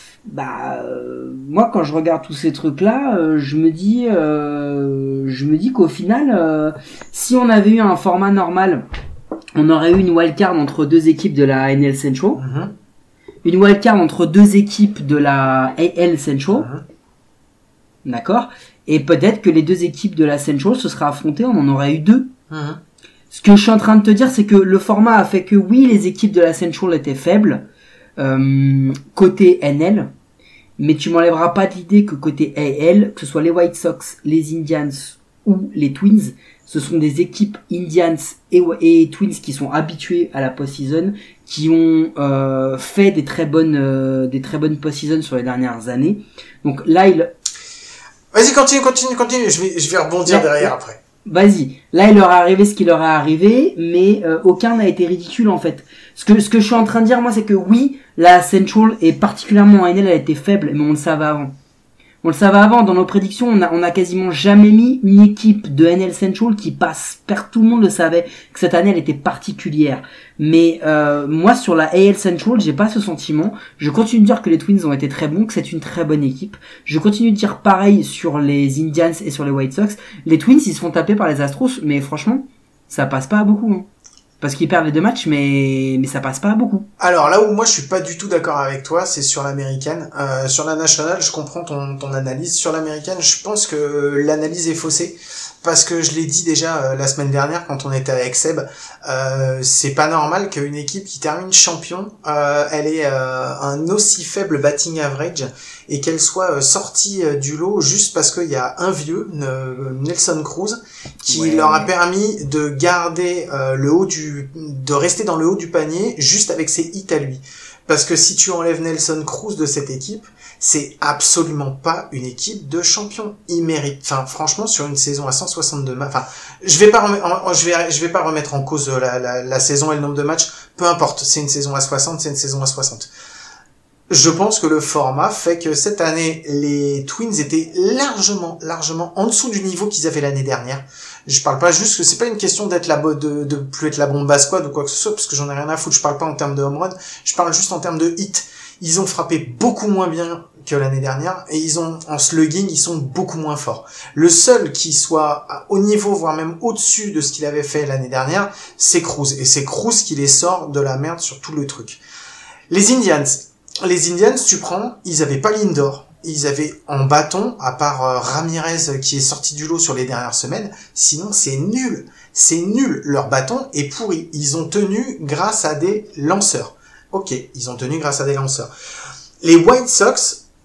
Moi quand je regarde tous ces trucs là, je me dis qu'au final, si on avait eu un format normal, on aurait eu une wildcard entre deux équipes de la NL Central, Mhm. une wildcard entre deux équipes de la AL Central, d'accord, et peut-être que les deux équipes de la Central se seraient affrontées, on en aurait eu 2. Mhm. Ce que je suis en train de te dire, c'est que le format a fait que oui, les équipes de la Central étaient faibles côté NL, mais tu m'enlèveras pas de l'idée que côté AL, que ce soit les White Sox, les Indians ou les Twins, ce sont des équipes Indians et Twins qui sont habitués à la post-season, qui ont fait des très bonnes post-season sur les dernières années. Donc là, Vas-y, continue. Je vais rebondir Là, derrière après. Vas-y. Là, il leur est arrivé ce qui leur est arrivé, mais aucun n'a été ridicule en fait. Ce que je suis en train de dire moi, c'est que oui, la Central et particulièrement en NL, elle était faible, mais on le savait avant. Dans nos prédictions, on a quasiment jamais mis une équipe de NL Central qui passe. Tout le monde le savait que cette année elle était particulière. Mais moi sur la AL Central, j'ai pas ce sentiment. Je continue de dire que les Twins ont été très bons, que c'est une très bonne équipe. Je continue de dire pareil sur les Indians et sur les White Sox. Les Twins ils se font taper par les Astros, mais franchement, ça passe pas à beaucoup. Hein. Parce qu'ils perdent les 2 matchs, mais ça passe pas à beaucoup. Alors là où moi je suis pas du tout d'accord avec toi, c'est sur l'américaine. Sur la nationale, je comprends ton analyse. Sur l'américaine, je pense que l'analyse est faussée. Parce que je l'ai dit déjà la semaine dernière quand on était avec Seb, c'est pas normal qu'une équipe qui termine champion, elle ait un aussi faible batting average et qu'elle soit sortie du lot juste parce qu'il y a un vieux, Nelson Cruz, qui leur a permis de garder de rester dans le haut du panier juste avec ses hits à lui. Parce que si tu enlèves Nelson Cruz de cette équipe, c'est absolument pas une équipe de champion. Il mérite, franchement, sur une saison à 162 matchs, je vais pas remettre en cause la saison et le nombre de matchs. Peu importe, c'est une saison à 60, c'est une saison à 60. Je pense que le format fait que cette année, les Twins étaient largement en dessous du niveau qu'ils avaient l'année dernière. Je parle pas juste que c'est pas une question d'être de plus être la bombe à squad ou quoi que ce soit, parce que j'en ai rien à foutre. Je parle pas en termes de home run, je parle juste en termes de hit. Ils ont frappé beaucoup moins bien que l'année dernière et en slugging, ils sont beaucoup moins forts. Le seul qui soit au niveau, voire même au-dessus de ce qu'il avait fait l'année dernière, c'est Cruz. Et c'est Cruz qui les sort de la merde sur tout le truc. Les Indians, tu prends, ils avaient pas Lindor. Ils avaient en bâton, à part Ramirez qui est sorti du lot sur les dernières semaines, sinon c'est nul. C'est nul. Leur bâton est pourri. Ils ont tenu grâce à des lanceurs. Ok, ils ont tenu grâce à des lanceurs. Les White Sox,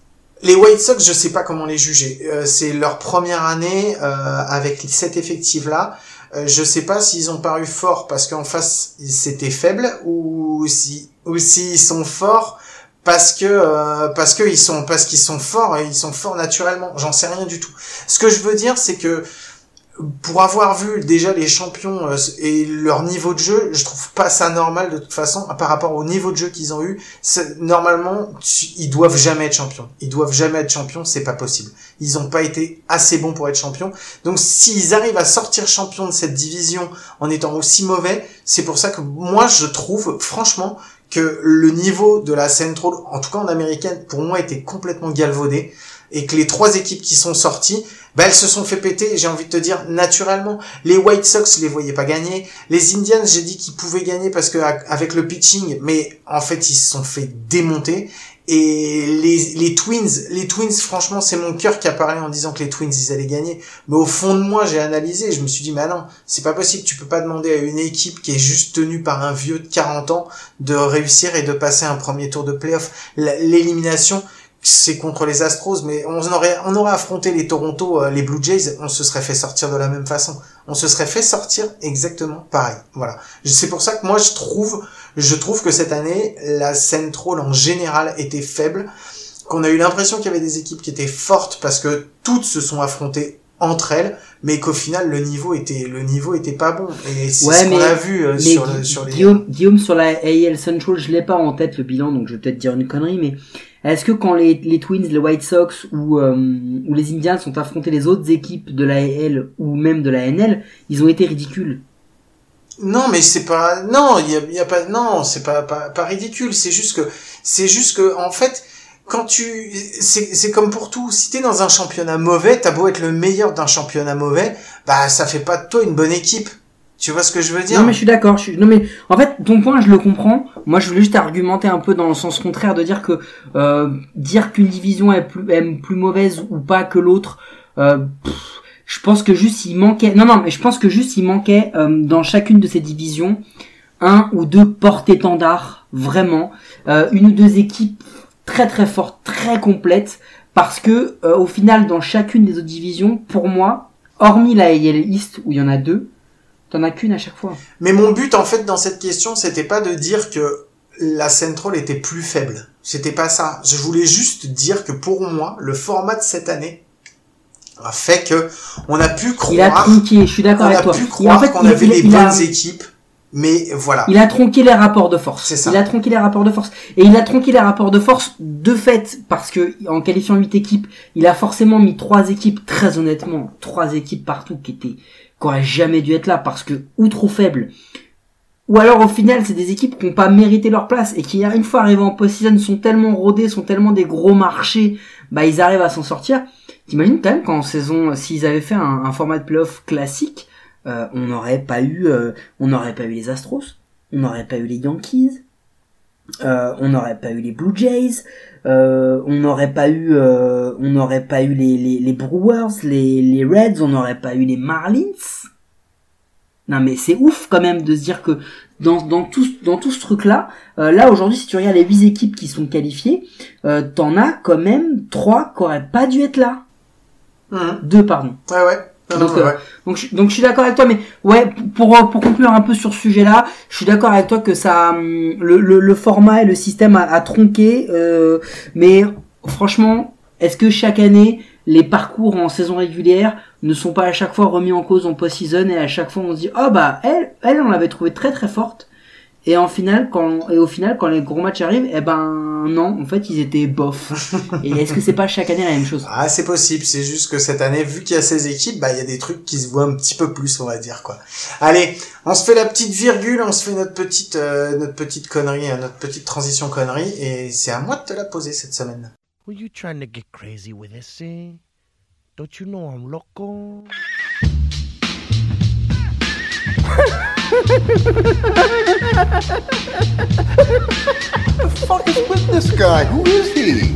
Les White Sox, je sais pas comment les juger. C'est leur première année avec cet effectif-là. Je sais pas s'ils ont paru forts parce qu'en face c'était faible ou s'ils sont forts parce qu'ils sont forts et ils sont forts naturellement. J'en sais rien du tout. Ce que je veux dire, c'est que pour avoir vu déjà les champions et leur niveau de jeu, je trouve pas ça normal de toute façon par rapport au niveau de jeu qu'ils ont eu. Normalement, ils doivent jamais être champions. Ils doivent jamais être champions, c'est pas possible. Ils ont pas été assez bons pour être champions. Donc s'ils arrivent à sortir champions de cette division en étant aussi mauvais, c'est pour ça que moi je trouve franchement que le niveau de la Central, en tout cas en américaine, pour moi était complètement galvaudé et que les 3 équipes qui sont sorties, elles se sont fait péter, j'ai envie de te dire, naturellement. Les White Sox, je les voyais pas gagner. Les Indians, j'ai dit qu'ils pouvaient gagner parce que avec le pitching, mais en fait, ils se sont fait démonter. Et les Twins, franchement, c'est mon cœur qui a parlé en disant que les Twins, ils allaient gagner. Mais au fond de moi, j'ai analysé et je me suis dit, mais non, c'est pas possible. Tu peux pas demander à une équipe qui est juste tenue par un vieux de 40 ans de réussir et de passer un premier tour de playoff. L'élimination, c'est contre les Astros, mais on aurait affronté les Toronto, les Blue Jays, on se serait fait sortir de la même façon. On se serait fait sortir exactement pareil. Voilà. C'est pour ça que moi je trouve que cette année, la Central en général était faible, qu'on a eu l'impression qu'il y avait des équipes qui étaient fortes parce que toutes se sont affrontées entre elles, mais qu'au final le niveau était pas bon. Et c'est ce qu'on a vu sur les Guillaume, sur la AL Central, je l'ai pas en tête le bilan, donc je vais peut-être dire une connerie, mais est-ce que quand les Twins, les White Sox ou les Indians ont affronté les autres équipes de la AL ou même de la NL, ils ont été ridicules? Non, mais c'est pas, non, il y a pas, non, c'est pas ridicule, c'est juste que, en fait, c'est comme pour tout, si t'es dans un championnat mauvais, t'as beau être le meilleur d'un championnat mauvais, ça fait pas de toi une bonne équipe. Tu vois ce que je veux dire? Non, mais je suis d'accord. Non, mais en fait, ton point, je le comprends. Moi, je voulais juste argumenter un peu dans le sens contraire, de dire que dire qu'une division est plus mauvaise ou pas que l'autre. Je pense que juste il manquait. Non, mais je pense que juste il manquait dans chacune de ces divisions 1 ou 2 porte-étendards, vraiment, 1 ou 2 équipes très très fortes, très complètes, parce que au final, dans chacune des autres divisions, pour moi, hormis la AL East où il y en a 2. T'en as qu'une à chaque fois. Mais mon but, en fait, dans cette question, c'était pas de dire que la Central était plus faible. C'était pas ça. Je voulais juste dire que pour moi, le format de cette année a fait que on a pu croire. Il a tronqué, je suis d'accord avec toi. On a pu croire qu'on avait les bonnes équipes. Mais voilà. Il a tronqué les rapports de force. C'est ça. Il a tronqué les rapports de force. Et il a tronqué les rapports de force de fait, parce que, en qualifiant 8 équipes, il a forcément mis 3 équipes, très honnêtement, 3 équipes partout qui auraient jamais dû être là parce que, ou trop faibles, ou alors au final c'est des équipes qui n'ont pas mérité leur place et qui, une fois arrivées en post-season, sont tellement rodées, sont tellement des gros marchés, ils arrivent à s'en sortir. T'imagines quand même qu'en saison, s'ils avaient fait un format de playoff classique, on n'aurait pas eu les Astros, on n'aurait pas eu les Yankees, on n'aurait pas eu les Blue Jays, on n'aurait pas eu les Brewers, les Reds, on n'aurait pas eu les Marlins. Non mais c'est ouf quand même de se dire que dans tout ce truc là, là aujourd'hui si tu regardes les 8 équipes qui sont qualifiées, t'en as quand même 3 qui auraient pas dû être là. 2 pardon. Ouais. Donc je suis d'accord avec toi, mais ouais, pour conclure un peu sur ce sujet-là, je suis d'accord avec toi que ça, le format et le système a tronqué, mais franchement, est-ce que chaque année les parcours en saison régulière ne sont pas à chaque fois remis en cause en post-season et à chaque fois on se dit elle on l'avait trouvée très très forte et au final quand les gros matchs arrivent, non, en fait ils étaient bof. Et est-ce que c'est pas chaque année la même chose? Ah, c'est possible, c'est juste que cette année, vu qu'il y a 16 équipes, il y a des trucs qui se voient un petit peu plus, on va dire, quoi. Allez, on se fait la petite virgule, on se fait notre petite connerie, notre petite transition connerie, et c'est à moi de te la poser cette semaine. Were you trying to get crazy with this thing? Don't you know I'm loco? What the fuck is with this guy? Who is he?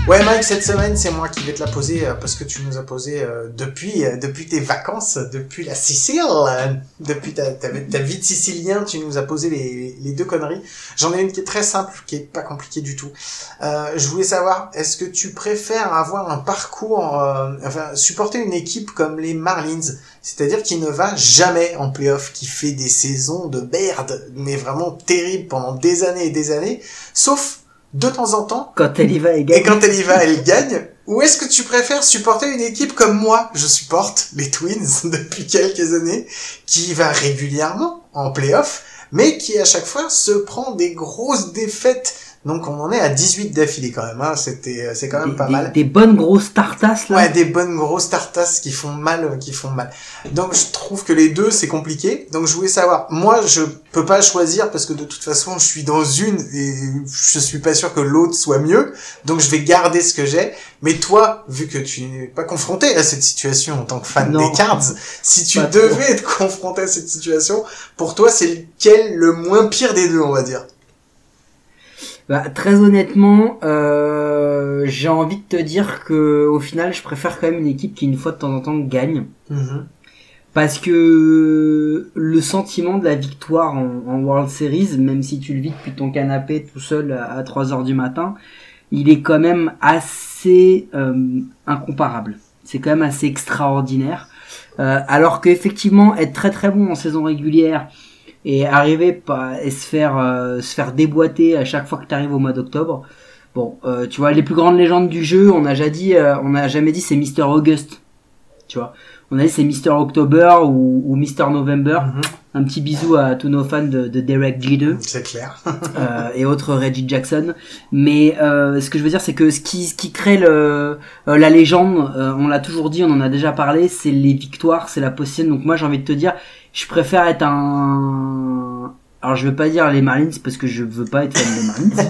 Ouais Mike, cette semaine c'est moi qui vais te la poser parce que tu nous as posé depuis tes vacances, depuis la Sicile, depuis ta vie de Sicilien, tu nous as posé les deux conneries. J'en ai une qui est très simple, qui est pas compliquée du tout. Je voulais savoir, est-ce que tu préfères avoir un parcours, supporter une équipe comme les Marlins, c'est-à-dire qui ne va jamais en play-off, qui fait des saisons de merde, mais vraiment terribles pendant des années et des années, sauf de temps en temps, quand elle y va, elle gagne. Et quand elle y va, elle gagne. Ou est-ce que tu préfères supporter une équipe comme moi, je supporte les Twins depuis quelques années, qui va régulièrement en play-off, mais qui à chaque fois se prend des grosses défaites. Donc on en est à 18 d'affilée quand même, hein. C'est quand même pas mal. Des bonnes grosses tartasses là. Ouais, des bonnes grosses tartasses qui font mal. Donc je trouve que les deux c'est compliqué. Donc je voulais savoir, moi je peux pas choisir parce que de toute façon je suis dans une et je suis pas sûr que l'autre soit mieux. Donc je vais garder ce que j'ai. Mais toi, vu que tu n'es pas confronté à cette situation en tant que fan des Cards, si tu devais être confronté à cette situation, pour toi c'est lequel le moins pire des deux, on va dire? Bah, très honnêtement, j'ai envie de te dire que au final, je préfère quand même une équipe qui une fois de temps en temps gagne, parce que le sentiment de la victoire en World Series, même si tu le vis depuis ton canapé tout seul à 3h du matin, il est quand même assez incomparable. C'est quand même assez extraordinaire. Alors qu'effectivement, être très très bon en saison régulière et arriver et se faire déboîter à chaque fois que tu arrives au mois d'octobre. Bon, tu vois, les plus grandes légendes du jeu, on n'a jamais dit c'est Mr. August. Tu vois, on a dit c'est Mr. October ou Mr. November. Un petit bisou à tous nos fans de Derek Jeter. C'est clair. Et autres Reggie Jackson. Mais ce que je veux dire, c'est que ce qui crée la légende, on l'a toujours dit, on en a déjà parlé, c'est les victoires, c'est la possession. Donc moi j'ai envie de te dire, je préfère être alors je veux pas dire les Marlins parce que je veux pas être fan des Marlins.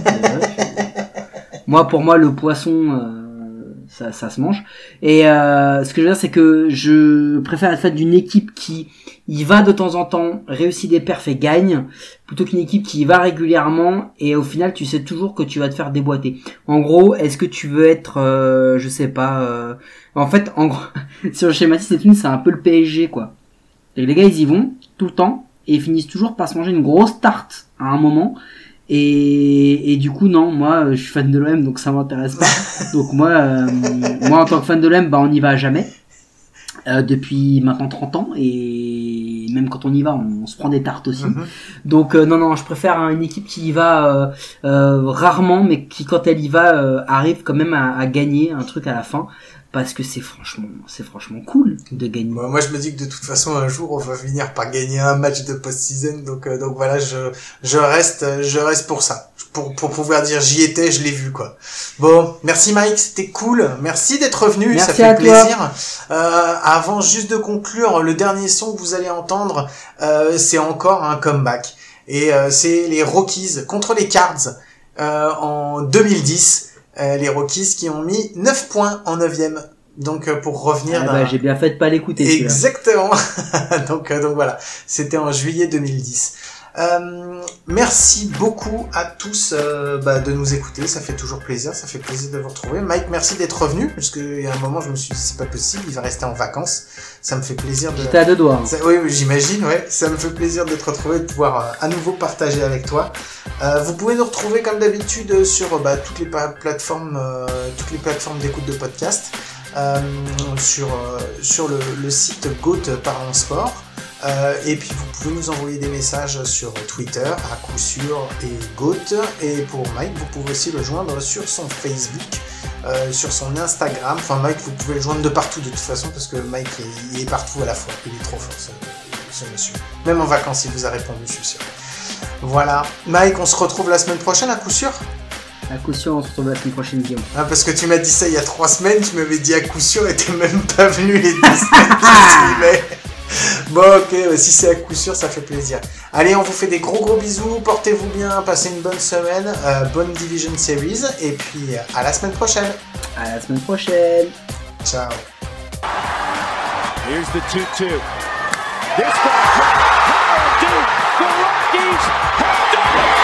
Pour moi le poisson ça se mange. Et ce que je veux dire c'est que je préfère être fan d'une équipe qui y va de temps en temps, réussit des perfs et gagne, plutôt qu'une équipe qui y va régulièrement et au final tu sais toujours que tu vas te faire déboîter. En gros, est-ce que tu veux être je sais pas en fait en gros sur le schématisme c'est un peu le PSG quoi. Et les gars ils y vont tout le temps et ils finissent toujours par se manger une grosse tarte à un moment et du coup non, moi je suis fan de l'OM donc ça m'intéresse pas. Donc moi en tant que fan de l'OM on n'y va jamais depuis maintenant 30 ans et même quand on y va on se prend des tartes aussi. Donc non je préfère une équipe qui y va rarement mais qui quand elle y va arrive quand même à gagner un truc à la fin. Parce que c'est franchement cool de gagner. Moi, je me dis que de toute façon, un jour, on va finir par gagner un match de post-season. Donc voilà, je reste pour ça. Pour pouvoir dire j'y étais, je l'ai vu, quoi. Bon, merci Mike, c'était cool. Merci d'être revenu, merci, ça fait plaisir. Avant juste de conclure, le dernier son que vous allez entendre, c'est encore un comeback. Et c'est les Rockies contre les Cards en 2010. Les Rockies qui ont mis 9 points en 9e. Donc pour revenir j'ai bien fait de pas l'écouter. Exactement. donc voilà, c'était en juillet 2010. Merci beaucoup à tous de nous écouter, ça fait toujours plaisir, ça fait plaisir de vous retrouver. Mike, merci d'être revenu, parce qu'il y a un moment je me suis dit c'est pas possible, il va rester en vacances. Ça me fait plaisir de... J'étais à deux doigts. Oui, j'imagine, ouais. Ça me fait plaisir de te retrouver, de pouvoir à nouveau partager avec toi. Vous pouvez nous retrouver comme d'habitude sur toutes les plateformes d'écoute de podcast, sur le site GOAT Parlons Sport. Et puis vous pouvez nous envoyer des messages sur Twitter, à coup sûr, et GOAT. Et pour Mike, vous pouvez aussi le joindre sur son Facebook, sur son Instagram. Enfin Mike, vous pouvez le joindre de partout de toute façon, parce que Mike il est partout à la fois. Il est trop fort ce monsieur. Même en vacances il vous a répondu, je suis sûr. Voilà. Mike, on se retrouve la semaine prochaine à coup sûr. À coup sûr, on se retrouve la semaine prochaine, Guillaume. Ah, parce que tu m'as dit ça il y a 3 semaines, tu m'avais dit à coup sûr et t'es même pas venu les 2 semaines qui suivaient. Bon, ok, si c'est à coup sûr, ça fait plaisir. Allez, on vous fait des gros bisous, portez-vous bien, passez une bonne semaine, bonne Division Series, et puis à la semaine prochaine. À la semaine prochaine. Ciao. Here's the 2-2. This ball, the Rockies have done it!